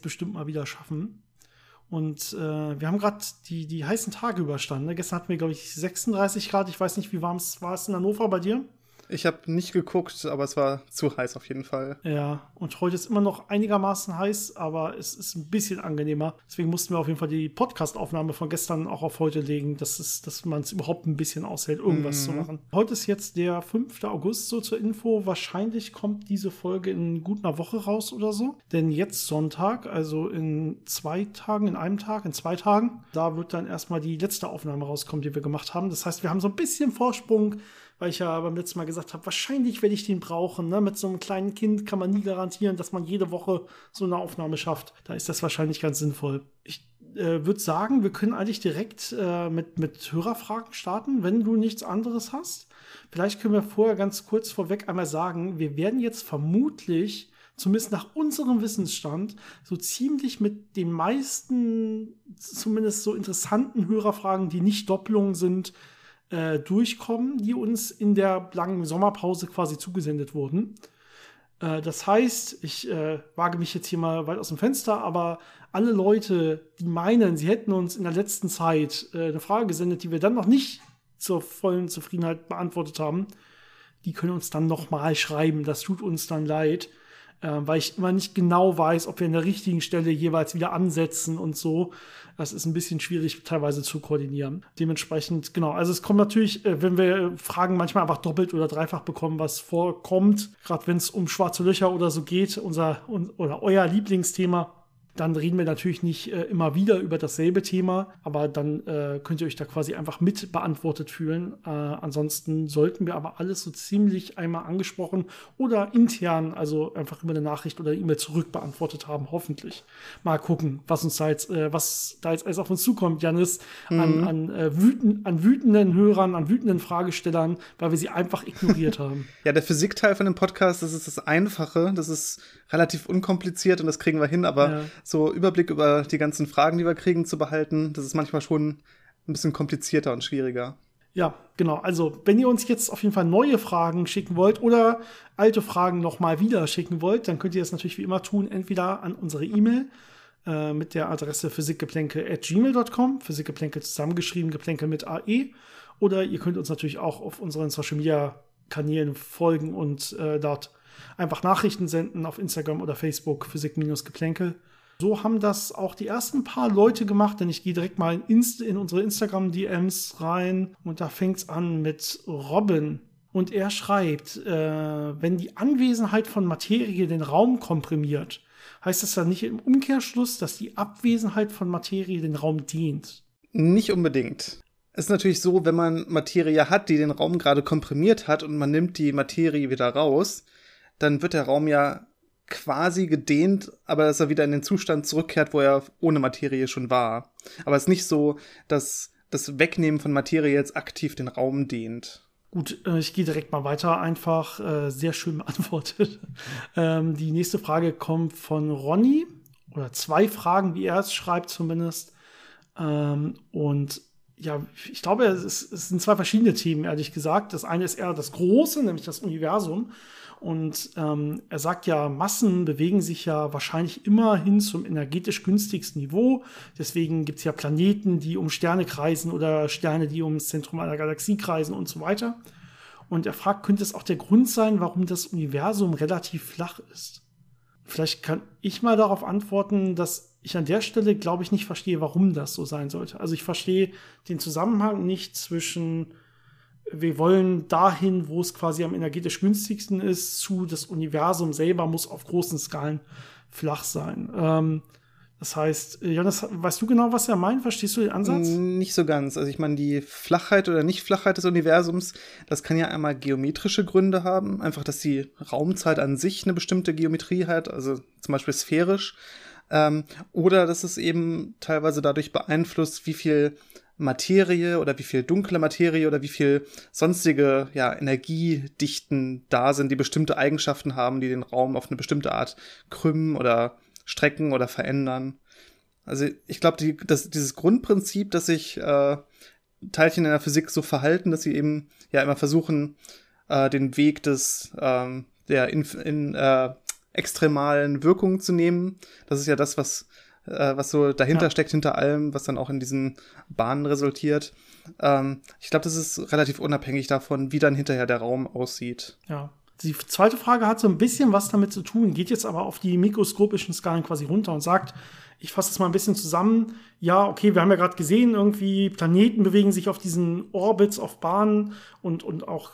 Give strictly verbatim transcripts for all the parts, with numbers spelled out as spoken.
bestimmt mal wieder schaffen. Und äh, wir haben gerade die, die heißen Tage überstanden. Ne? Gestern hatten wir, glaube ich, sechsunddreißig Grad. Ich weiß nicht, wie warm es war es in Hannover bei dir? Ich habe nicht geguckt, aber es war zu heiß auf jeden Fall. Ja, und heute ist immer noch einigermaßen heiß, aber es ist ein bisschen angenehmer. Deswegen mussten wir auf jeden Fall die Podcast-Aufnahme von gestern auch auf heute legen, dass, es, dass man es überhaupt ein bisschen aushält, irgendwas mhm. zu machen. Heute ist jetzt der fünfte August, so zur Info. Wahrscheinlich kommt diese Folge in gut einer Woche raus oder so. Denn jetzt Sonntag, also in zwei Tagen, in einem Tag, in zwei Tagen, da wird dann erstmal die letzte Aufnahme rauskommen, die wir gemacht haben. Das heißt, wir haben so ein bisschen Vorsprung, weil ich ja beim letzten Mal gesagt habe, wahrscheinlich werde ich den brauchen. Ne? Mit so einem kleinen Kind kann man nie garantieren, dass man jede Woche so eine Aufnahme schafft. Da ist das wahrscheinlich ganz sinnvoll. Ich äh, würde sagen, wir können eigentlich direkt äh, mit, mit Hörerfragen starten, wenn du nichts anderes hast. Vielleicht können wir vorher ganz kurz vorweg einmal sagen, wir werden jetzt vermutlich, zumindest nach unserem Wissensstand, so ziemlich mit den meisten, zumindest so interessanten Hörerfragen, die nicht Doppelungen sind, Äh, durchkommen, die uns in der langen Sommerpause quasi zugesendet wurden. Äh, das heißt, ich äh, wage mich jetzt hier mal weit aus dem Fenster, aber alle Leute, die meinen, sie hätten uns in der letzten Zeit äh, eine Frage gesendet, die wir dann noch nicht zur vollen Zufriedenheit beantwortet haben, die können uns dann nochmal schreiben. Das tut uns dann leid, äh, weil ich immer nicht genau weiß, ob wir an der richtigen Stelle jeweils wieder ansetzen und so. Das ist ein bisschen schwierig teilweise zu koordinieren. Dementsprechend, genau, also es kommt natürlich, wenn wir Fragen manchmal einfach doppelt oder dreifach bekommen, was vorkommt, gerade wenn es um schwarze Löcher oder so geht, unser oder euer Lieblingsthema, dann reden wir natürlich nicht äh, immer wieder über dasselbe Thema, aber dann äh, könnt ihr euch da quasi einfach mit beantwortet fühlen. Äh, ansonsten sollten wir aber alles so ziemlich einmal angesprochen oder intern, also einfach über eine Nachricht oder E-Mail zurück beantwortet haben, hoffentlich. Mal gucken, was uns da jetzt, äh, was da jetzt alles auf uns zukommt, Jannis, mhm. an, an, äh, wüten, an wütenden Hörern, an wütenden Fragestellern, weil wir sie einfach ignoriert haben. Ja, der Physikteil von dem Podcast, das ist das Einfache, das ist relativ unkompliziert und das kriegen wir hin, aber ja. so Überblick über die ganzen Fragen, die wir kriegen, zu behalten, das ist manchmal schon ein bisschen komplizierter und schwieriger. Ja, genau. Also, wenn ihr uns jetzt auf jeden Fall neue Fragen schicken wollt oder alte Fragen nochmal wieder schicken wollt, dann könnt ihr das natürlich wie immer tun, entweder an unsere E-Mail äh, mit der Adresse physikgeplänkel at gmail dot com, Physikgeplänkel zusammengeschrieben, Geplänkel mit A E, oder ihr könnt uns natürlich auch auf unseren Social-Media-Kanälen folgen und äh, dort einfach Nachrichten senden auf Instagram oder Facebook, Physik-Geplänkel. So haben das auch die ersten paar Leute gemacht, denn ich gehe direkt mal in, Inst- in unsere Instagram-D Ms rein und da fängt es an mit Robin. Und er schreibt, äh, wenn die Anwesenheit von Materie den Raum komprimiert, heißt das dann nicht im Umkehrschluss, dass die Abwesenheit von Materie den Raum dehnt? Nicht unbedingt. Es ist natürlich so, wenn man Materie hat, die den Raum gerade komprimiert hat und man nimmt die Materie wieder raus, dann wird der Raum ja quasi gedehnt, aber dass er wieder in den Zustand zurückkehrt, wo er ohne Materie schon war. Aber es ist nicht so, dass das Wegnehmen von Materie jetzt aktiv den Raum dehnt. Gut, äh, ich gehe direkt mal weiter, einfach äh, sehr schön beantwortet. ähm, die nächste Frage kommt von Ronny, oder zwei Fragen, wie er es schreibt zumindest. Ähm, und ja, ich glaube, es, ist, es sind zwei verschiedene Themen, ehrlich gesagt. Das eine ist eher das Große, nämlich das Universum. Und ähm, er sagt ja, Massen bewegen sich ja wahrscheinlich immer hin zum energetisch günstigsten Niveau. Deswegen gibt es ja Planeten, die um Sterne kreisen oder Sterne, die ums Zentrum einer Galaxie kreisen und so weiter. Und er fragt, könnte es auch der Grund sein, warum das Universum relativ flach ist? Vielleicht kann ich mal darauf antworten, dass ich an der Stelle, glaube ich, nicht verstehe, warum das so sein sollte. Also ich verstehe den Zusammenhang nicht zwischen wir wollen dahin, wo es quasi am energetisch günstigsten ist, zu das Universum selber muss auf großen Skalen flach sein. Ähm, das heißt, Jonas, weißt du genau, was er meint? Verstehst du den Ansatz? Nicht so ganz. Also ich meine, die Flachheit oder Nicht-Flachheit des Universums, das kann ja einmal geometrische Gründe haben. Einfach, dass die Raumzeit an sich eine bestimmte Geometrie hat, also zum Beispiel sphärisch. Ähm, oder dass es eben teilweise dadurch beeinflusst, wie viel Materie oder wie viel dunkle Materie oder wie viel sonstige ja, Energiedichten da sind, die bestimmte Eigenschaften haben, die den Raum auf eine bestimmte Art krümmen oder strecken oder verändern. Also ich glaube, die, das, dieses Grundprinzip, dass sich äh, Teilchen in der Physik so verhalten, dass sie eben ja immer versuchen, äh, den Weg des ähm, der in, in, äh, extremalen Wirkungen zu nehmen. Das ist ja das, was, äh, was so dahinter ja. steckt, hinter allem, was dann auch in diesen Bahnen resultiert. Ähm, ich glaube, das ist relativ unabhängig davon, wie dann hinterher der Raum aussieht. Ja. Die zweite Frage hat so ein bisschen was damit zu tun, geht jetzt aber auf die mikroskopischen Skalen quasi runter und sagt, ich fasse das mal ein bisschen zusammen. Ja, okay, wir haben ja gerade gesehen, irgendwie Planeten bewegen sich auf diesen Orbits, auf Bahnen und, und auch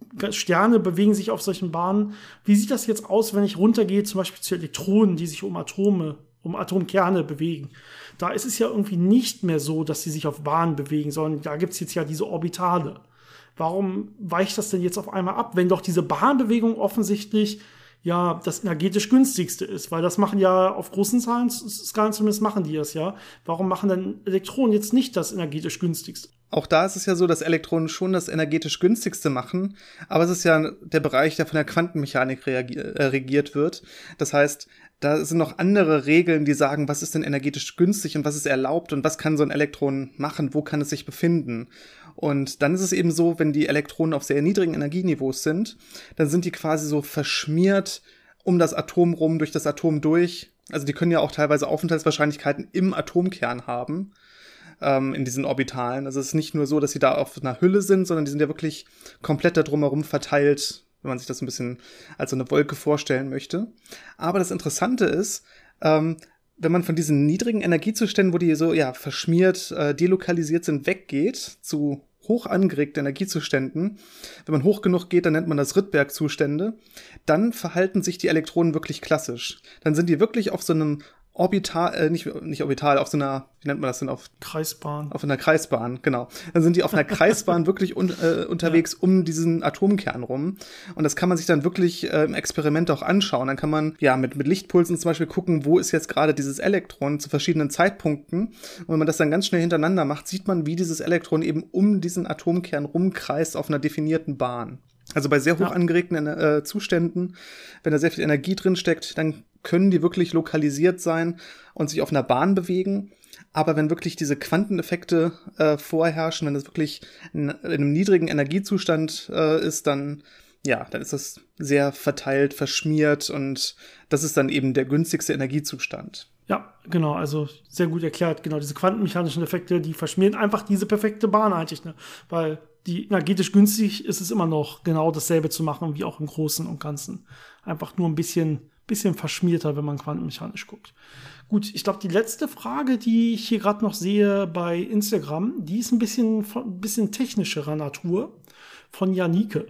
Sterne bewegen sich auf solchen Bahnen. Wie sieht das jetzt aus, wenn ich runtergehe, zum Beispiel zu Elektronen, die sich um Atome, um Atomkerne bewegen? Da ist es ja irgendwie nicht mehr so, dass sie sich auf Bahnen bewegen, sondern da gibt es jetzt ja diese Orbitale. Warum weicht das denn jetzt auf einmal ab, wenn doch diese Bahnbewegung offensichtlich ja das energetisch günstigste ist? Weil das machen ja auf großen Zahlen, Skalen zumindest machen die das ja. Warum machen dann Elektronen jetzt nicht das energetisch günstigste? Auch da ist es ja so, dass Elektronen schon das energetisch günstigste machen, aber es ist ja der Bereich, der von der Quantenmechanik reagi- äh, regiert wird. Das heißt, da sind noch andere Regeln, die sagen, was ist denn energetisch günstig und was ist erlaubt und was kann so ein Elektron machen, wo kann es sich befinden. Und dann ist es eben so, wenn die Elektronen auf sehr niedrigen Energieniveaus sind, dann sind die quasi so verschmiert um das Atom rum, durch das Atom durch. Also die können ja auch teilweise Aufenthaltswahrscheinlichkeiten im Atomkern haben, ähm, in diesen Orbitalen. Also es ist nicht nur so, dass sie da auf einer Hülle sind, sondern die sind ja wirklich komplett da drumherum verteilt, wenn man sich das ein bisschen als so eine Wolke vorstellen möchte. Aber das Interessante ist, ähm, wenn man von diesen niedrigen Energiezuständen, wo die so ja verschmiert, äh, delokalisiert sind, weggeht zu hoch angeregten Energiezuständen, wenn man hoch genug geht, dann nennt man das Rydberg-Zustände, dann verhalten sich die Elektronen wirklich klassisch. Dann sind die wirklich auf so einem Orbital, äh, nicht, nicht Orbital, auf so einer, wie nennt man das denn? Auf Kreisbahn. Auf einer Kreisbahn, genau. Dann sind die auf einer Kreisbahn wirklich un, äh, unterwegs ja. um diesen Atomkern rum. Und das kann man sich dann wirklich äh, im Experiment auch anschauen. Dann kann man ja mit, mit Lichtpulsen zum Beispiel gucken, wo ist jetzt gerade dieses Elektron zu verschiedenen Zeitpunkten. Und wenn man das dann ganz schnell hintereinander macht, sieht man, wie dieses Elektron eben um diesen Atomkern rumkreist auf einer definierten Bahn. Also bei sehr hoch ja. angeregten äh, Zuständen, wenn da sehr viel Energie drin steckt, dann können die wirklich lokalisiert sein und sich auf einer Bahn bewegen. Aber wenn wirklich diese Quanteneffekte äh, vorherrschen, wenn das wirklich in, in einem niedrigen Energiezustand äh, ist, dann ja, dann ist das sehr verteilt, verschmiert und das ist dann eben der günstigste Energiezustand. Ja, genau, also sehr gut erklärt. Genau, diese quantenmechanischen Effekte, die verschmieren einfach diese perfekte Bahn eigentlich, ne? Weil die energetisch günstig ist es immer noch genau dasselbe zu machen wie auch im Großen und Ganzen. Einfach nur ein bisschen, bisschen verschmierter, wenn man quantenmechanisch guckt. Gut, ich glaube, die letzte Frage, die ich hier gerade noch sehe bei Instagram, die ist ein bisschen, ein bisschen technischerer Natur von Janike.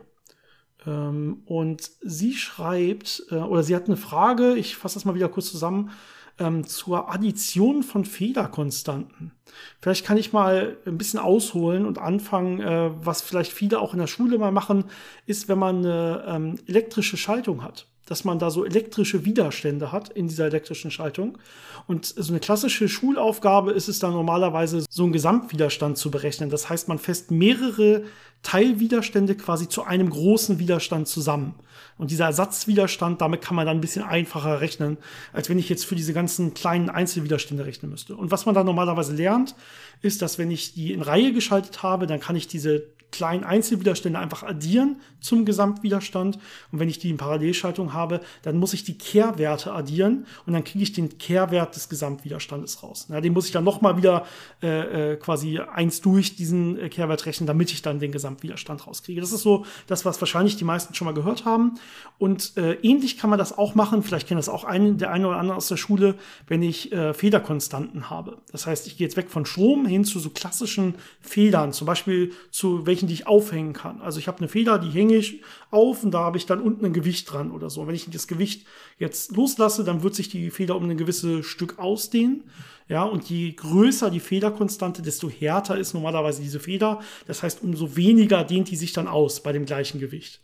Ähm, und sie schreibt, äh, oder sie hat eine Frage, ich fasse das mal wieder kurz zusammen, ähm, zur Addition von Fehlerkonstanten. Vielleicht kann ich mal ein bisschen ausholen und anfangen, äh, was vielleicht viele auch in der Schule mal machen, ist, wenn man eine ähm, elektrische Schaltung hat, dass man da so elektrische Widerstände hat in dieser elektrischen Schaltung. Und so eine klassische Schulaufgabe ist es dann normalerweise, so einen Gesamtwiderstand zu berechnen. Das heißt, man fasst mehrere Teilwiderstände quasi zu einem großen Widerstand zusammen. Und dieser Ersatzwiderstand, damit kann man dann ein bisschen einfacher rechnen, als wenn ich jetzt für diese ganzen kleinen Einzelwiderstände rechnen müsste. Und was man dann normalerweise lernt, ist, dass wenn ich die in Reihe geschaltet habe, dann kann ich diese kleinen Einzelwiderstände einfach addieren zum Gesamtwiderstand. Und wenn ich die in Parallelschaltung habe, dann muss ich die Kehrwerte addieren und dann kriege ich den Kehrwert des Gesamtwiderstandes raus. Ja, den muss ich dann nochmal wieder äh, quasi eins durch diesen äh, Kehrwert rechnen, damit ich dann den Gesamtwiderstand rauskriege. Das ist so das, was wahrscheinlich die meisten schon mal gehört haben. Und äh, ähnlich kann man das auch machen, vielleicht kennt das auch ein, der eine oder andere aus der Schule, wenn ich äh, Federkonstanten habe. Das heißt, ich gehe jetzt weg von Strom hin zu so klassischen Federn, zum Beispiel zu welchen, die ich aufhängen kann. Also ich habe eine Feder, die hänge ich auf und da habe ich dann unten ein Gewicht dran oder so. Und wenn ich das Gewicht jetzt loslasse, dann wird sich die Feder um ein gewisses Stück ausdehnen. Ja, und je größer die Federkonstante, desto härter ist normalerweise diese Feder. Das heißt, umso weniger dehnt die sich dann aus bei dem gleichen Gewicht.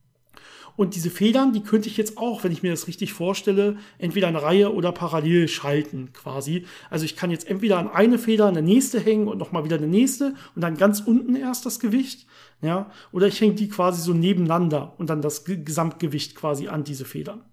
Und diese Federn, die könnte ich jetzt auch, wenn ich mir das richtig vorstelle, entweder in Reihe oder parallel schalten quasi. Also ich kann jetzt entweder an eine Feder eine nächste hängen und nochmal wieder eine nächste und dann ganz unten erst das Gewicht. Ja, oder ich hänge die quasi so nebeneinander und dann das Gesamtgewicht quasi an diese Federn.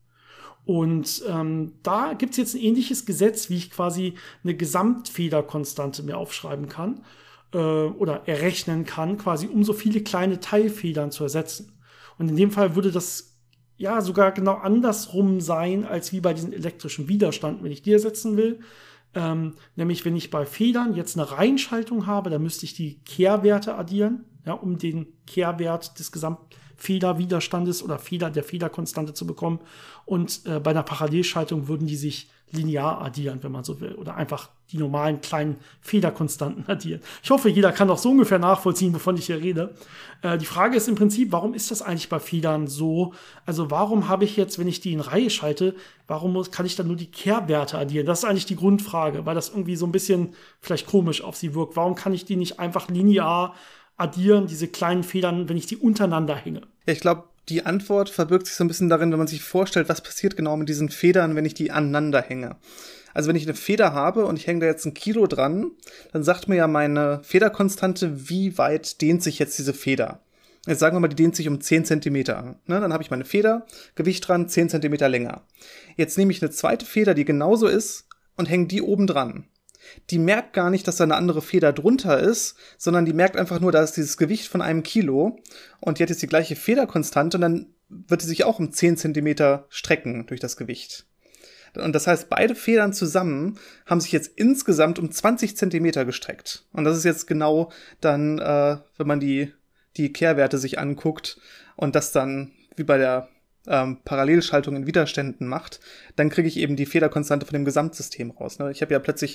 Und ähm, da gibt es jetzt ein ähnliches Gesetz, wie ich quasi eine Gesamtfederkonstante mir aufschreiben kann äh, oder errechnen kann, quasi um so viele kleine Teilfedern zu ersetzen. Und in dem Fall würde das ja sogar genau andersrum sein, als wie bei diesem elektrischen Widerstand, wenn ich die ersetzen will. Ähm, nämlich, wenn ich bei Federn jetzt eine Reihenschaltung habe, dann müsste ich die Kehrwerte addieren, ja, um den Kehrwert des Gesamtfederwiderstandes oder Feder der Federkonstante zu bekommen. Und äh, bei einer Parallelschaltung würden die sich linear addieren, wenn man so will, oder einfach die normalen kleinen Federkonstanten addieren. Ich hoffe, jeder kann doch so ungefähr nachvollziehen, wovon ich hier rede. Äh, die Frage ist im Prinzip, warum ist das eigentlich bei Federn so? Also warum habe ich jetzt, wenn ich die in Reihe schalte, warum muss, kann ich dann nur die Kehrwerte addieren? Das ist eigentlich die Grundfrage, weil das irgendwie so ein bisschen vielleicht komisch auf sie wirkt. Warum kann ich die nicht einfach linear addieren, diese kleinen Federn, wenn ich die untereinander hänge? Ja, ich glaube, die Antwort verbirgt sich so ein bisschen darin, wenn man sich vorstellt, was passiert genau mit diesen Federn, wenn ich die aneinander hänge. Also wenn ich eine Feder habe und ich hänge da jetzt ein Kilo dran, dann sagt mir ja meine Federkonstante, wie weit dehnt sich jetzt diese Feder. Jetzt sagen wir mal, die dehnt sich um zehn Zentimeter. Ne, dann habe ich meine Feder, Gewicht dran, zehn Zentimeter länger. Jetzt nehme ich eine zweite Feder, die genauso ist, und hänge die oben dran. Die merkt gar nicht, dass da eine andere Feder drunter ist, sondern die merkt einfach nur, da ist dieses Gewicht von einem Kilo und die hat jetzt die gleiche Federkonstante und dann wird sie sich auch um zehn Zentimeter strecken durch das Gewicht. Und das heißt, beide Federn zusammen haben sich jetzt insgesamt um zwanzig Zentimeter gestreckt. Und das ist jetzt genau dann, äh, wenn man die, die Kehrwerte sich anguckt und das dann wie bei der ähm, Parallelschaltung in Widerständen macht, dann kriege ich eben die Federkonstante von dem Gesamtsystem raus. Ne? Ich habe ja plötzlich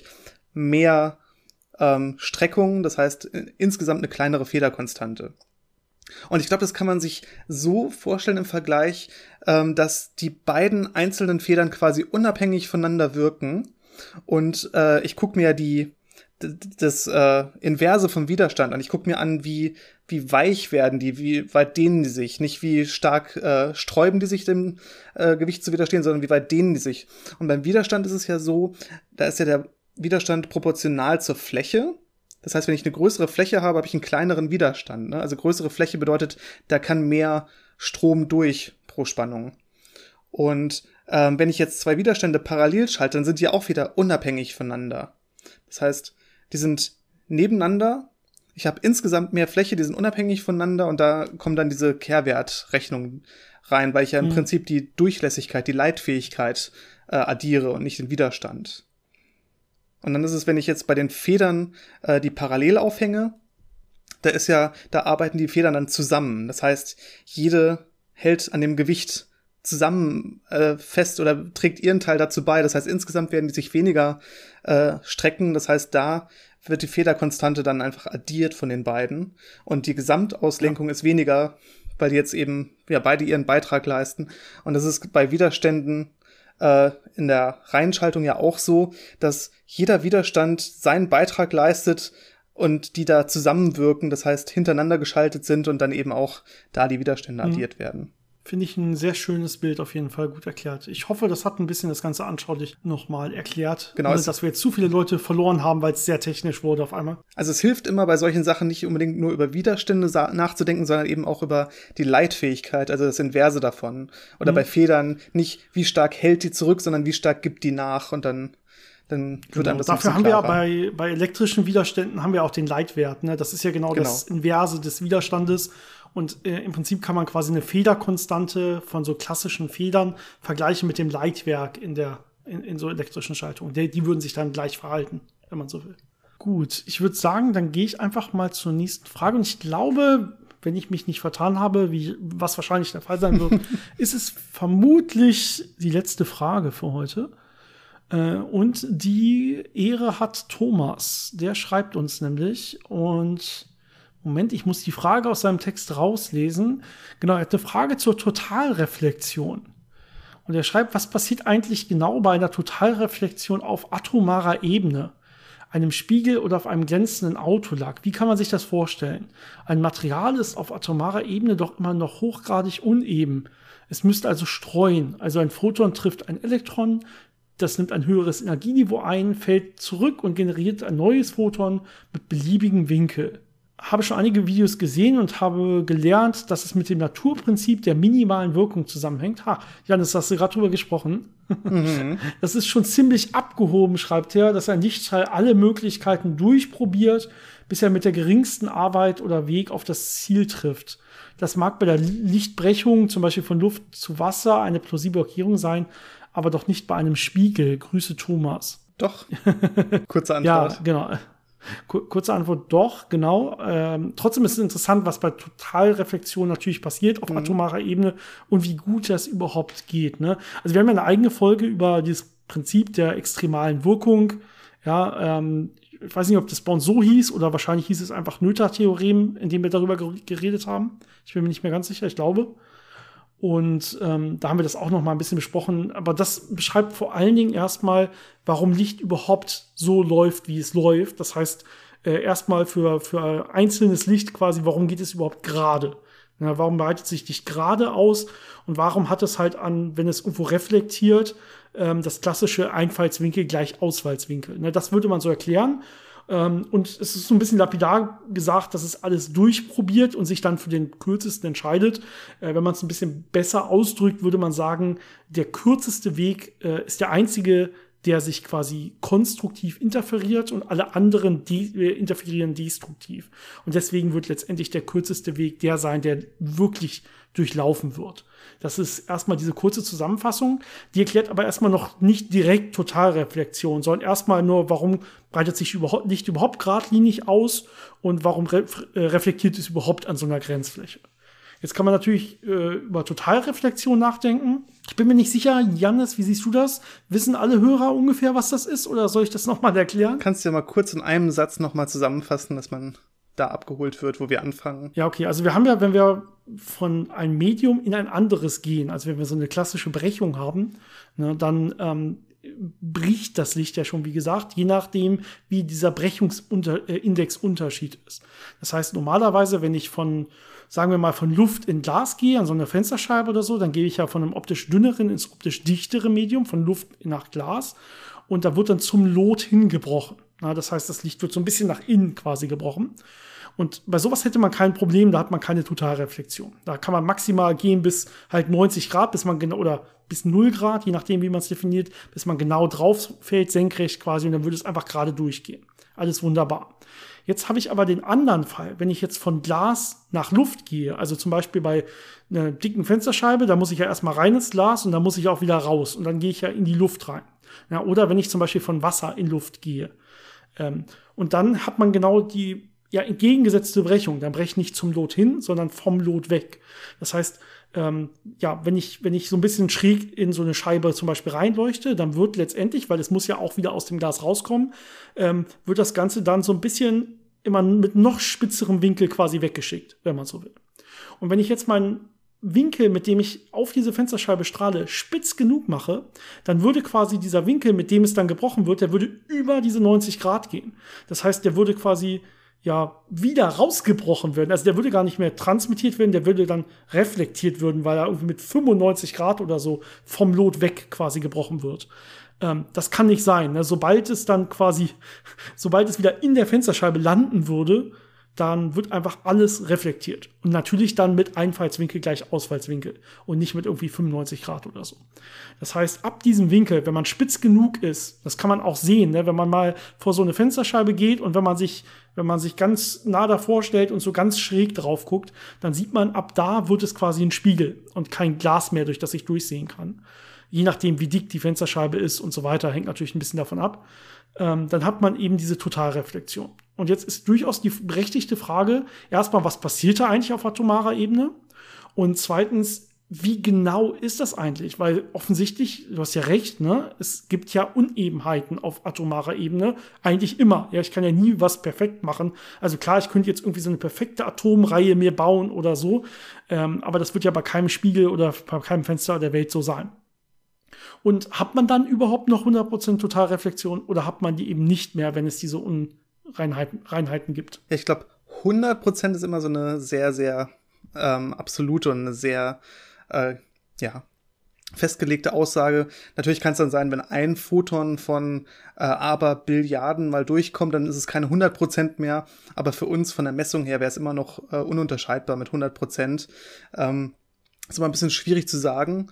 mehr ähm, Streckung, das heißt äh, insgesamt eine kleinere Federkonstante. Und ich glaube, das kann man sich so vorstellen im Vergleich, ähm, dass die beiden einzelnen Federn quasi unabhängig voneinander wirken. Und äh, ich gucke mir die d- das äh, Inverse vom Widerstand an. Ich gucke mir an, wie wie weich werden die, wie weit dehnen die sich. Nicht wie stark äh, sträuben die sich dem äh, Gewicht zu widerstehen, sondern wie weit dehnen die sich. Und beim Widerstand ist es ja so, da ist ja der Widerstand proportional zur Fläche. Das heißt, wenn ich eine größere Fläche habe, habe ich einen kleineren Widerstand. Ne? Also größere Fläche bedeutet, da kann mehr Strom durch pro Spannung. Und ähm, wenn ich jetzt zwei Widerstände parallel schalte, dann sind die auch wieder unabhängig voneinander. Das heißt, die sind nebeneinander. Ich habe insgesamt mehr Fläche, die sind unabhängig voneinander und da kommen dann diese Kehrwertrechnungen rein, weil ich ja im mhm. Prinzip die Durchlässigkeit, die Leitfähigkeit äh, addiere und nicht den Widerstand. Und dann ist es, wenn ich jetzt bei den Federn äh, die parallel aufhänge, da ist ja, da arbeiten die Federn dann zusammen. Das heißt, jede hält an dem Gewicht zusammen äh, fest oder trägt ihren Teil dazu bei. Das heißt, insgesamt werden die sich weniger äh, strecken. Das heißt, da wird die Federkonstante dann einfach addiert von den beiden. Und die Gesamtauslenkung ja. ist weniger, weil die jetzt eben ja beide ihren Beitrag leisten. Und das ist bei Widerständen äh, in der Reihenschaltung ja auch so, dass jeder Widerstand seinen Beitrag leistet und die da zusammenwirken, das heißt hintereinander geschaltet sind und dann eben auch da die Widerstände mhm. addiert werden. Finde ich ein sehr schönes Bild, auf jeden Fall gut erklärt. Ich hoffe, das hat ein bisschen das Ganze anschaulich nochmal erklärt. Genau. Ohne, dass wir jetzt zu viele Leute verloren haben, weil es sehr technisch wurde auf einmal. Also es hilft immer bei solchen Sachen nicht unbedingt nur über Widerstände sa- nachzudenken, sondern eben auch über die Leitfähigkeit, also das Inverse davon. Oder mhm. bei Federn nicht, wie stark hält die zurück, sondern wie stark gibt die nach und dann Dann wird genau. einem das Dafür ein haben klarer. wir ja bei, bei elektrischen Widerständen haben wir auch den Leitwert. Ne? Das ist ja genau, genau. das Inverse des Widerstandes. Und äh, im Prinzip kann man quasi eine Federkonstante von so klassischen Federn vergleichen mit dem Leitwerk in der in, in so elektrischen Schaltungen. Die, die würden sich dann gleich verhalten, wenn man so will. Gut, ich würde sagen, dann gehe ich einfach mal zur nächsten Frage. Und ich glaube, wenn ich mich nicht vertan habe, wie, was wahrscheinlich der Fall sein wird, ist es vermutlich die letzte Frage für heute. Äh, und die Ehre hat Thomas. Der schreibt uns nämlich und Moment, ich muss die Frage aus seinem Text rauslesen. Genau, er hat eine Frage zur Totalreflexion. Und er schreibt, was passiert eigentlich genau bei einer Totalreflexion auf atomarer Ebene? Einem Spiegel oder auf einem glänzenden Autolack? Wie kann man sich das vorstellen? Ein Material ist auf atomarer Ebene doch immer noch hochgradig uneben. Es müsste also streuen. Also ein Photon trifft ein Elektron, das nimmt ein höheres Energieniveau ein, fällt zurück und generiert ein neues Photon mit beliebigem Winkel. habe schon einige Videos gesehen und habe gelernt, dass es mit dem Naturprinzip der minimalen Wirkung zusammenhängt. Ha, Janis, hast du gerade drüber gesprochen? Mhm. Das ist schon ziemlich abgehoben, schreibt er, dass ein Lichtstrahl alle Möglichkeiten durchprobiert, bis er mit der geringsten Arbeit oder Weg auf das Ziel trifft. Das mag bei der Lichtbrechung, zum Beispiel von Luft zu Wasser, eine plausible Erklärung sein, aber doch nicht bei einem Spiegel. Grüße, Thomas. Doch. Kurze Antwort. Ja, genau. Kurze Antwort, doch, genau. Ähm, trotzdem ist es interessant, was bei Totalreflexion natürlich passiert auf mhm. atomarer Ebene und wie gut das überhaupt geht. Ne? Also wir haben ja eine eigene Folge über dieses Prinzip der extremalen Wirkung. Ja, ähm, ich weiß nicht, ob das bei uns so hieß oder wahrscheinlich hieß es einfach Noether-Theorem, in dem wir darüber geredet haben. Ich bin mir nicht mehr ganz sicher, ich glaube. Und ähm, da haben wir das auch noch mal ein bisschen besprochen. Aber das beschreibt vor allen Dingen erstmal, warum Licht überhaupt so läuft, wie es läuft. Das heißt, äh, erstmal für, für einzelnes Licht quasi, warum geht es überhaupt gerade? Ja, warum breitet sich Licht gerade aus? Und warum hat es halt an, wenn es irgendwo reflektiert, ähm, das klassische Einfallswinkel gleich Ausfallswinkel? Ne, das würde man so erklären. Ähm, und es ist so ein bisschen lapidar gesagt, dass es alles durchprobiert und sich dann für den kürzesten entscheidet. Äh, wenn man es ein bisschen besser ausdrückt, würde man sagen, der kürzeste Weg äh, ist der einzige, der sich quasi konstruktiv interferiert und alle anderen de- äh, interferieren destruktiv. Und deswegen wird letztendlich der kürzeste Weg der sein, der wirklich durchlaufen wird. Das ist erstmal diese kurze Zusammenfassung. Die erklärt aber erstmal noch nicht direkt Totalreflexion, sondern erstmal nur, warum breitet sich überhaupt Licht überhaupt geradlinig aus und warum re- reflektiert es überhaupt an so einer Grenzfläche. Jetzt kann man natürlich äh, über Totalreflexion nachdenken. Ich bin mir nicht sicher, Jannis, wie siehst du das? Wissen alle Hörer ungefähr, was das ist? Oder soll ich das nochmal erklären? Kannst du ja mal kurz in einem Satz nochmal zusammenfassen, dass man da abgeholt wird, wo wir anfangen? Ja, okay. Also wir haben ja, wenn wir von einem Medium in ein anderes gehen, also wenn wir so eine klassische Brechung haben, ne, dann ähm, bricht das Licht ja schon, wie gesagt, je nachdem, wie dieser Brechungsindex-Unterschied ist. Das heißt, normalerweise, wenn ich von, sagen wir mal, von Luft in Glas gehe, an so eine Fensterscheibe oder so, dann gehe ich ja von einem optisch dünneren ins optisch dichtere Medium, von Luft nach Glas. Und da wird dann zum Lot hingebrochen. Ja, das heißt, das Licht wird so ein bisschen nach innen quasi gebrochen. Und bei sowas hätte man kein Problem, da hat man keine Totalreflexion. Da kann man maximal gehen bis halt neunzig Grad, bis man genau, oder bis null Grad, je nachdem, wie man es definiert, bis man genau drauf fällt, senkrecht quasi, und dann würde es einfach gerade durchgehen. Alles wunderbar. Jetzt habe ich aber den anderen Fall, wenn ich jetzt von Glas nach Luft gehe, also zum Beispiel bei einer dicken Fensterscheibe, da muss ich ja erstmal rein ins Glas und dann muss ich auch wieder raus und dann gehe ich ja in die Luft rein. Ja, oder wenn ich zum Beispiel von Wasser in Luft gehe. Ähm, und dann hat man genau die ja, entgegengesetzte Brechung. Dann breche ich nicht zum Lot hin, sondern vom Lot weg. Das heißt, ähm, ja, wenn ich, wenn ich so ein bisschen schräg in so eine Scheibe zum Beispiel reinleuchte, dann wird letztendlich, weil es muss ja auch wieder aus dem Glas rauskommen, ähm, wird das Ganze dann so ein bisschen immer mit noch spitzerem Winkel quasi weggeschickt, wenn man so will. Und wenn ich jetzt meinen Winkel, mit dem ich auf diese Fensterscheibe strahle, spitz genug mache, dann würde quasi dieser Winkel, mit dem es dann gebrochen wird, der würde über diese neunzig Grad gehen. Das heißt, der würde quasi ja wieder rausgebrochen werden. Also der würde gar nicht mehr transmittiert werden, der würde dann reflektiert werden, weil er irgendwie mit fünfundneunzig Grad oder so vom Lot weg quasi gebrochen wird. Ähm, das kann nicht sein. Ne? Sobald es dann quasi, sobald es wieder in der Fensterscheibe landen würde, dann wird einfach alles reflektiert. Und natürlich dann mit Einfallswinkel gleich Ausfallswinkel und nicht mit irgendwie fünfundneunzig Grad oder so. Das heißt, ab diesem Winkel, wenn man spitz genug ist, das kann man auch sehen, ne? Wenn man mal vor so eine Fensterscheibe geht und wenn man sich, wenn man sich ganz nah davor stellt und so ganz schräg drauf guckt, dann sieht man, ab da wird es quasi ein Spiegel und kein Glas mehr, durch das ich durchsehen kann. Je nachdem, wie dick die Fensterscheibe ist und so weiter, hängt natürlich ein bisschen davon ab. Ähm, dann hat man eben diese Totalreflexion. Und jetzt ist durchaus die berechtigte Frage, erstmal, was passiert da eigentlich auf atomarer Ebene? Und zweitens, wie genau ist das eigentlich? Weil offensichtlich, du hast ja recht, ne? Es gibt ja Unebenheiten auf atomarer Ebene, eigentlich immer. Ja, ich kann ja nie was perfekt machen. Also klar, ich könnte jetzt irgendwie so eine perfekte Atomreihe mir bauen oder so, ähm, aber das wird ja bei keinem Spiegel oder bei keinem Fenster der Welt so sein. Und hat man dann überhaupt noch hundert Prozent Totalreflexion oder hat man die eben nicht mehr, wenn es diese Unreinheiten Reinheiten gibt? Ja, ich glaube, hundert Prozent ist immer so eine sehr, sehr ähm, absolute und eine sehr, äh, ja, festgelegte Aussage. Natürlich kann es dann sein, wenn ein Photon von äh, aber Billiarden mal durchkommt, dann ist es keine hundert Prozent mehr. Aber für uns von der Messung her wäre es immer noch äh, ununterscheidbar mit hundert Prozent. Ähm, ist immer ein bisschen schwierig zu sagen.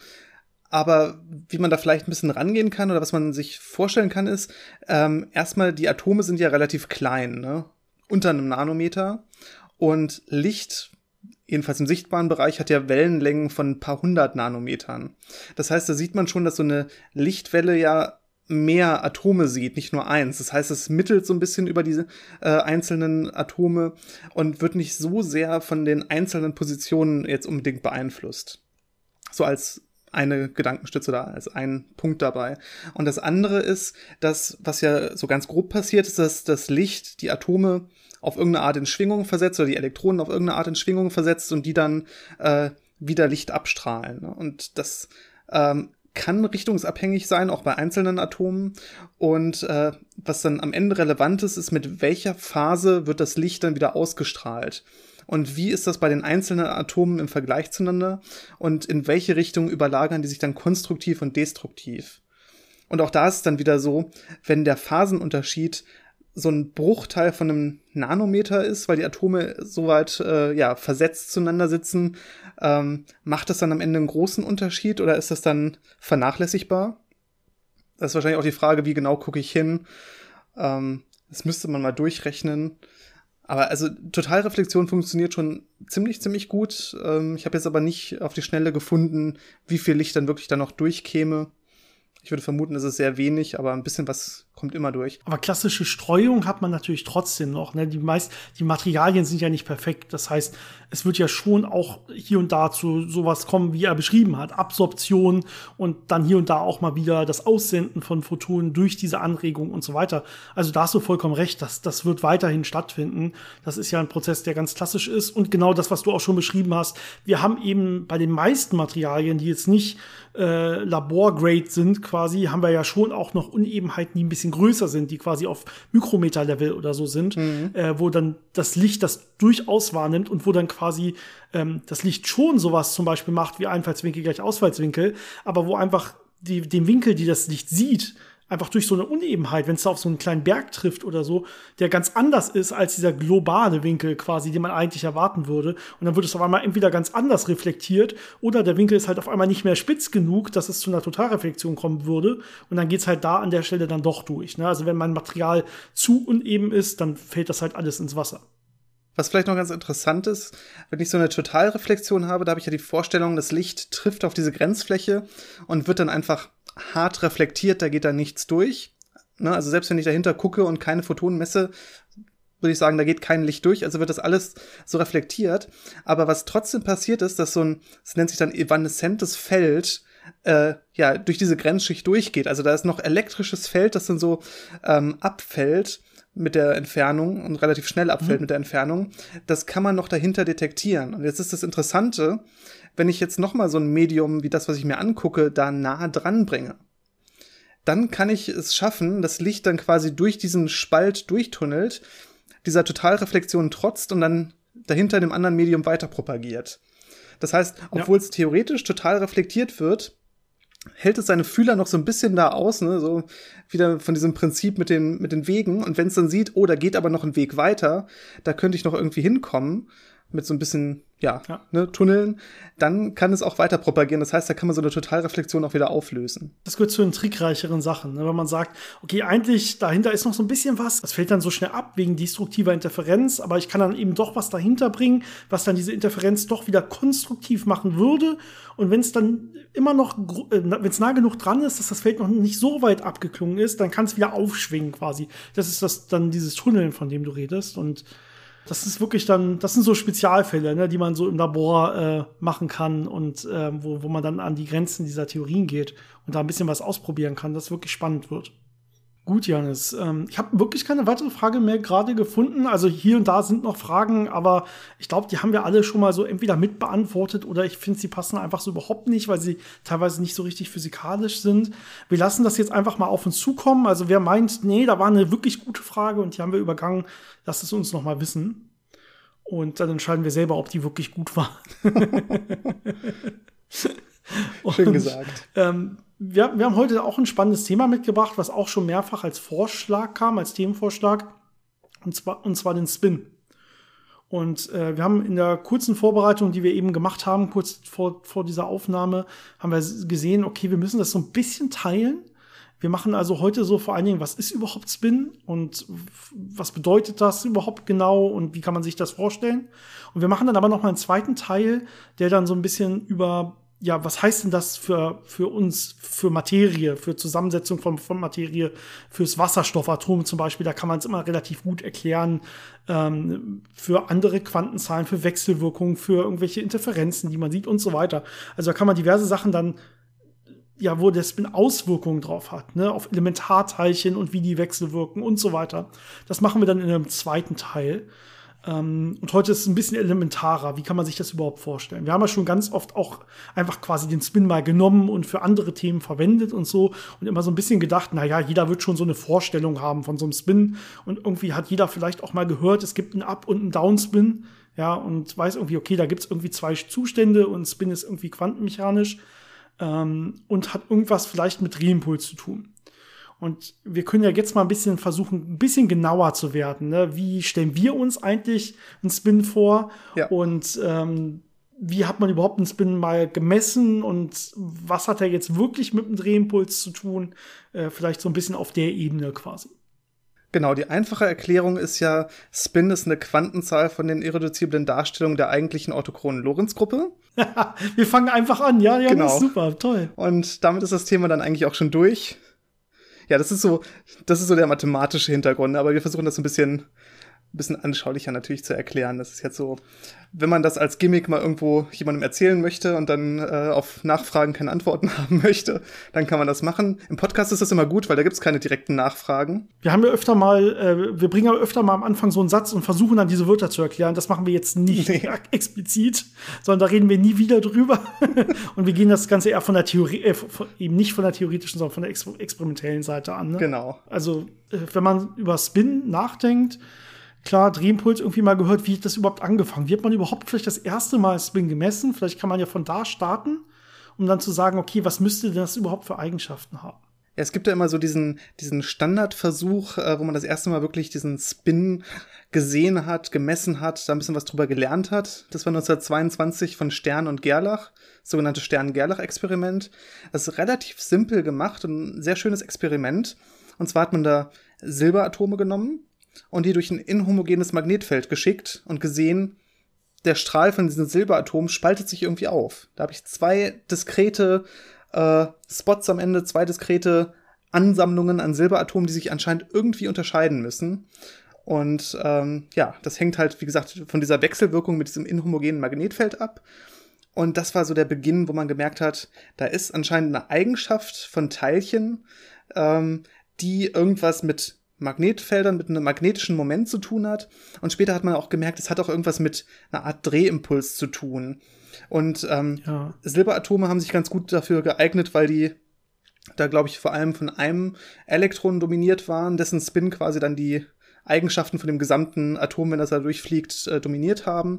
Aber wie man da vielleicht ein bisschen rangehen kann oder was man sich vorstellen kann, ist, ähm, erstmal, die Atome sind ja relativ klein, ne? Unter einem Nanometer. Und Licht, jedenfalls im sichtbaren Bereich, hat ja Wellenlängen von ein paar hundert Nanometern. Das heißt, da sieht man schon, dass so eine Lichtwelle ja mehr Atome sieht, nicht nur eins. Das heißt, es mittelt so ein bisschen über diese äh, einzelnen Atome und wird nicht so sehr von den einzelnen Positionen jetzt unbedingt beeinflusst. So als eine Gedankenstütze da, als ein Punkt dabei. Und das andere ist, dass, was ja so ganz grob passiert, ist, dass das Licht die Atome auf irgendeine Art in Schwingung versetzt oder die Elektronen auf irgendeine Art in Schwingung versetzt und die dann äh, wieder Licht abstrahlen. Ne? Und das ähm, kann richtungsabhängig sein, auch bei einzelnen Atomen. Und äh, was dann am Ende relevant ist, ist, mit welcher Phase wird das Licht dann wieder ausgestrahlt. Und wie ist das bei den einzelnen Atomen im Vergleich zueinander? Und in welche Richtung überlagern die sich dann konstruktiv und destruktiv? Und auch da ist es dann wieder so, wenn der Phasenunterschied so ein Bruchteil von einem Nanometer ist, weil die Atome so weit äh, ja, versetzt zueinander sitzen, ähm, macht das dann am Ende einen großen Unterschied oder ist das dann vernachlässigbar? Das ist wahrscheinlich auch die Frage, wie genau gucke ich hin? Ähm, das müsste man mal durchrechnen. Aber also Totalreflexion funktioniert schon ziemlich, ziemlich gut. Ähm, ich habe jetzt aber nicht auf die Schnelle gefunden, wie viel Licht dann wirklich da noch durchkäme. Ich würde vermuten, es ist sehr wenig, aber ein bisschen was kommt immer durch. Aber klassische Streuung hat man natürlich trotzdem noch. Ne? Die meist, die Materialien sind ja nicht perfekt. Das heißt, es wird ja schon auch hier und da zu sowas kommen, wie er beschrieben hat. Absorption und dann hier und da auch mal wieder das Aussenden von Photonen durch diese Anregung und so weiter. Also da hast du vollkommen recht, das, das wird weiterhin stattfinden. Das ist ja ein Prozess, der ganz klassisch ist. Und genau das, was du auch schon beschrieben hast. Wir haben eben bei den meisten Materialien, die jetzt nicht äh, Laborgrade sind quasi, haben wir ja schon auch noch Unebenheiten, die ein bisschen größer sind, die quasi auf Mikrometer-Level oder so sind, mhm. äh, wo dann das Licht das durchaus wahrnimmt und wo dann quasi ähm, das Licht schon sowas zum Beispiel macht wie Einfallswinkel gleich Ausfallswinkel, aber wo einfach die, den Winkel, die das Licht sieht, einfach durch so eine Unebenheit, wenn es da auf so einen kleinen Berg trifft oder so, der ganz anders ist als dieser globale Winkel quasi, den man eigentlich erwarten würde. Und dann wird es auf einmal entweder ganz anders reflektiert oder der Winkel ist halt auf einmal nicht mehr spitz genug, dass es zu einer Totalreflexion kommen würde. Und dann geht's halt da an der Stelle dann doch durch. Ne? Also wenn mein Material zu uneben ist, dann fällt das halt alles ins Wasser. Was vielleicht noch ganz interessant ist, wenn ich so eine Totalreflexion habe, da habe ich ja die Vorstellung, das Licht trifft auf diese Grenzfläche und wird dann einfach hart reflektiert, da geht da nichts durch. Ne? Also selbst wenn ich dahinter gucke und keine Photonen messe, würde ich sagen, da geht kein Licht durch, also wird das alles so reflektiert. Aber was trotzdem passiert ist, dass so ein, es nennt sich dann evanescentes Feld, äh, ja, durch diese Grenzschicht durchgeht. Also da ist noch elektrisches Feld, das dann so ähm, abfällt mit der Entfernung und relativ schnell abfällt mhm. mit der Entfernung. Das kann man noch dahinter detektieren. Und jetzt ist das Interessante, wenn ich jetzt noch mal so ein Medium wie das, was ich mir angucke, da nah dran bringe, dann kann ich es schaffen, das Licht dann quasi durch diesen Spalt durchtunnelt, dieser Totalreflexion trotzt und dann dahinter in dem anderen Medium weiter propagiert. Das heißt, obwohl ja. es theoretisch total reflektiert wird, hält es seine Fühler noch so ein bisschen da aus, ne, so wieder von diesem Prinzip mit den, mit den Wegen. Und wenn es dann sieht, oh, da geht aber noch ein Weg weiter, da könnte ich noch irgendwie hinkommen, mit so ein bisschen, ja, ja. Ne, Tunneln, dann kann es auch weiter propagieren. Das heißt, da kann man so eine Totalreflexion auch wieder auflösen. Das gehört zu den trickreicheren Sachen, ne? Wenn man sagt, okay, eigentlich dahinter ist noch so ein bisschen was, das fällt dann so schnell ab wegen destruktiver Interferenz, aber ich kann dann eben doch was dahinter bringen, was dann diese Interferenz doch wieder konstruktiv machen würde. Und wenn es dann immer noch, äh, wenn es nah genug dran ist, dass das Feld noch nicht so weit abgeklungen ist, dann kann es wieder aufschwingen quasi. Das ist das dann dieses Tunneln, von dem du redest. Und das ist wirklich dann, das sind so Spezialfälle, ne, die man so im Labor äh, machen kann und äh, wo, wo man dann an die Grenzen dieser Theorien geht und da ein bisschen was ausprobieren kann, das wirklich spannend wird. Gut, Janis, ähm, ich habe wirklich keine weitere Frage mehr gerade gefunden. Also hier und da sind noch Fragen, aber ich glaube, die haben wir alle schon mal so entweder mitbeantwortet oder ich finde, sie passen einfach so überhaupt nicht, weil sie teilweise nicht so richtig physikalisch sind. Wir lassen das jetzt einfach mal auf uns zukommen. Also wer meint, nee, da war eine wirklich gute Frage und die haben wir übergangen, lasst es uns noch mal wissen. Und dann entscheiden wir selber, ob die wirklich gut war. Schön Und, gesagt. Ähm, wir, wir haben heute auch ein spannendes Thema mitgebracht, was auch schon mehrfach als Vorschlag kam, als Themenvorschlag, und zwar, und zwar den Spin. Und äh, wir haben in der kurzen Vorbereitung, die wir eben gemacht haben, kurz vor, vor dieser Aufnahme, haben wir gesehen, okay, wir müssen das so ein bisschen teilen. Wir machen also heute so vor allen Dingen, was ist überhaupt Spin und was bedeutet das überhaupt genau und wie kann man sich das vorstellen? Und wir machen dann aber noch mal einen zweiten Teil, der dann so ein bisschen über, ja, was heißt denn das für, für uns, für Materie, für Zusammensetzung von, von Materie, fürs Wasserstoffatom zum Beispiel, da kann man es immer relativ gut erklären, ähm, für andere Quantenzahlen, für Wechselwirkungen, für irgendwelche Interferenzen, die man sieht und so weiter. Also da kann man diverse Sachen dann, ja, wo der Spin Auswirkungen drauf hat, ne, auf Elementarteilchen und wie die wechselwirken und so weiter. Das machen wir dann in einem zweiten Teil. Ähm, und heute ist es ein bisschen elementarer. Wie kann man sich das überhaupt vorstellen? Wir haben ja schon ganz oft auch einfach quasi den Spin mal genommen und für andere Themen verwendet und so und immer so ein bisschen gedacht, na ja, jeder wird schon so eine Vorstellung haben von so einem Spin und irgendwie hat jeder vielleicht auch mal gehört, es gibt einen Up- und einen Downspin, ja, und weiß irgendwie, okay, da gibt's irgendwie zwei Zustände und Spin ist irgendwie quantenmechanisch. Ähm, und hat irgendwas vielleicht mit Drehimpuls zu tun. Und wir können ja jetzt mal ein bisschen versuchen, ein bisschen genauer zu werden. Ne? Wie stellen wir uns eigentlich einen Spin vor? Ja. Und ähm, wie hat man überhaupt einen Spin mal gemessen? Und was hat er jetzt wirklich mit dem Drehimpuls zu tun? Äh, vielleicht so ein bisschen auf der Ebene quasi. Genau, die einfache Erklärung ist ja, Spin ist eine Quantenzahl von den irreduziblen Darstellungen der eigentlichen orthochronen Lorentzgruppe. Wir fangen einfach an, ja, ja, genau. Das ist super, toll. Und damit ist das Thema dann eigentlich auch schon durch. Ja, das ist so, das ist so der mathematische Hintergrund, aber wir versuchen das so ein bisschen, ein bisschen anschaulicher natürlich zu erklären. Das ist jetzt so, wenn man das als Gimmick mal irgendwo jemandem erzählen möchte und dann äh, auf Nachfragen keine Antworten haben möchte, dann kann man das machen. Im Podcast ist das immer gut, weil da gibt's keine direkten Nachfragen. Wir haben ja öfter mal, äh, wir bringen ja öfter mal am Anfang so einen Satz und versuchen dann diese Wörter zu erklären. Das machen wir jetzt nicht nee. explizit, sondern da reden wir nie wieder drüber. Und wir gehen das Ganze eher von der Theorie, äh, von, eben nicht von der theoretischen, sondern von der ex- experimentellen Seite an. Ne? Genau. Also, äh, wenn man über Spin nachdenkt, klar, Drehimpuls irgendwie mal gehört, wie hat das überhaupt angefangen? Wie hat man überhaupt vielleicht das erste Mal Spin gemessen? Vielleicht kann man ja von da starten, um dann zu sagen, okay, was müsste denn das überhaupt für Eigenschaften haben? Ja, es gibt ja immer so diesen, diesen Standardversuch, äh, wo man das erste Mal wirklich diesen Spin gesehen hat, gemessen hat, da ein bisschen was drüber gelernt hat. Das war neunzehnhundertzweiundzwanzig von Stern und Gerlach, das sogenannte Stern-Gerlach-Experiment. Das ist relativ simpel gemacht und ein sehr schönes Experiment. Und zwar hat man da Silberatome genommen und die durch ein inhomogenes Magnetfeld geschickt und gesehen, der Strahl von diesen Silberatomen spaltet sich irgendwie auf. Da habe ich zwei diskrete äh, Spots am Ende, zwei diskrete Ansammlungen an Silberatomen, die sich anscheinend irgendwie unterscheiden müssen. Und ähm, ja, das hängt halt, wie gesagt, von dieser Wechselwirkung mit diesem inhomogenen Magnetfeld ab. Und das war so der Beginn, wo man gemerkt hat, da ist anscheinend eine Eigenschaft von Teilchen, ähm, die irgendwas mit Magnetfeldern, mit einem magnetischen Moment zu tun hat. Und später hat man auch gemerkt, es hat auch irgendwas mit einer Art Drehimpuls zu tun. Und ähm, ja. Silberatome haben sich ganz gut dafür geeignet, weil die da, glaube ich, vor allem von einem Elektron dominiert waren, dessen Spin quasi dann die Eigenschaften von dem gesamten Atom, wenn das da durchfliegt, äh, dominiert haben.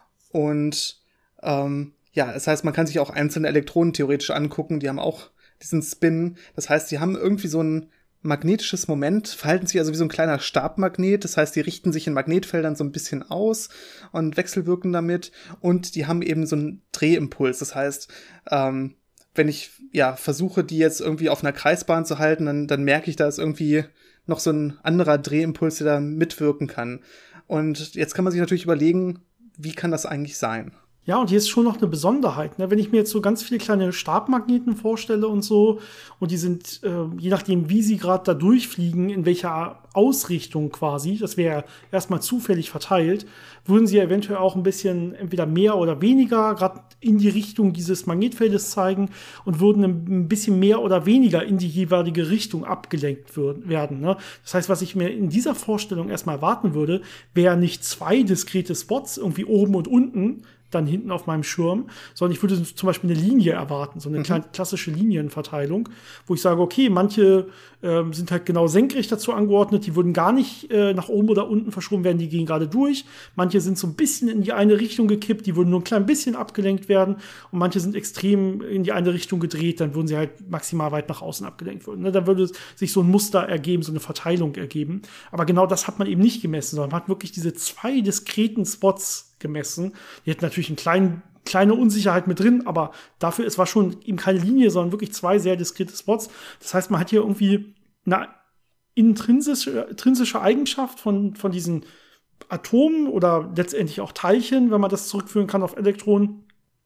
Und ähm, ja, das heißt, man kann sich auch einzelne Elektronen theoretisch angucken, die haben auch diesen Spin. Das heißt, die haben irgendwie so ein magnetisches Moment, verhalten sich also wie so ein kleiner Stabmagnet. Das heißt, die richten sich in Magnetfeldern so ein bisschen aus und wechselwirken damit. Und die haben eben so einen Drehimpuls. Das heißt, ähm, wenn ich ja versuche, die jetzt irgendwie auf einer Kreisbahn zu halten, dann, dann merke ich, da ist irgendwie noch so ein anderer Drehimpuls, der da mitwirken kann. Und jetzt kann man sich natürlich überlegen, wie kann das eigentlich sein? Ja, und hier ist schon noch eine Besonderheit, ne? Wenn ich mir jetzt so ganz viele kleine Stabmagneten vorstelle und so, und die sind, äh, je nachdem, wie sie gerade da durchfliegen, in welcher Ausrichtung quasi, das wäre erstmal zufällig verteilt, würden sie eventuell auch ein bisschen entweder mehr oder weniger gerade in die Richtung dieses Magnetfeldes zeigen und würden ein bisschen mehr oder weniger in die jeweilige Richtung abgelenkt werden. Ne? Das heißt, was ich mir in dieser Vorstellung erstmal erwarten würde, wäre nicht zwei diskrete Spots irgendwie oben und unten, dann hinten auf meinem Schirm, sondern ich würde zum Beispiel eine Linie erwarten, so eine mhm. kleine klassische Linienverteilung, wo ich sage, okay, manche ähm, sind halt genau senkrecht dazu angeordnet, die würden gar nicht äh, nach oben oder unten verschoben werden, die gehen gerade durch. Manche sind so ein bisschen in die eine Richtung gekippt, die würden nur ein klein bisschen abgelenkt werden und manche sind extrem in die eine Richtung gedreht, dann würden sie halt maximal weit nach außen abgelenkt werden. Ne? Dann würde sich so ein Muster ergeben, so eine Verteilung ergeben. Aber genau das hat man eben nicht gemessen, sondern man hat wirklich diese zwei diskreten Spots gemessen. Die hätten natürlich eine kleine, kleine Unsicherheit mit drin, aber dafür, es war schon eben keine Linie, sondern wirklich zwei sehr diskrete Spots. Das heißt, man hat hier irgendwie eine intrinsische, intrinsische Eigenschaft von, von diesen Atomen oder letztendlich auch Teilchen, wenn man das zurückführen kann auf Elektronen,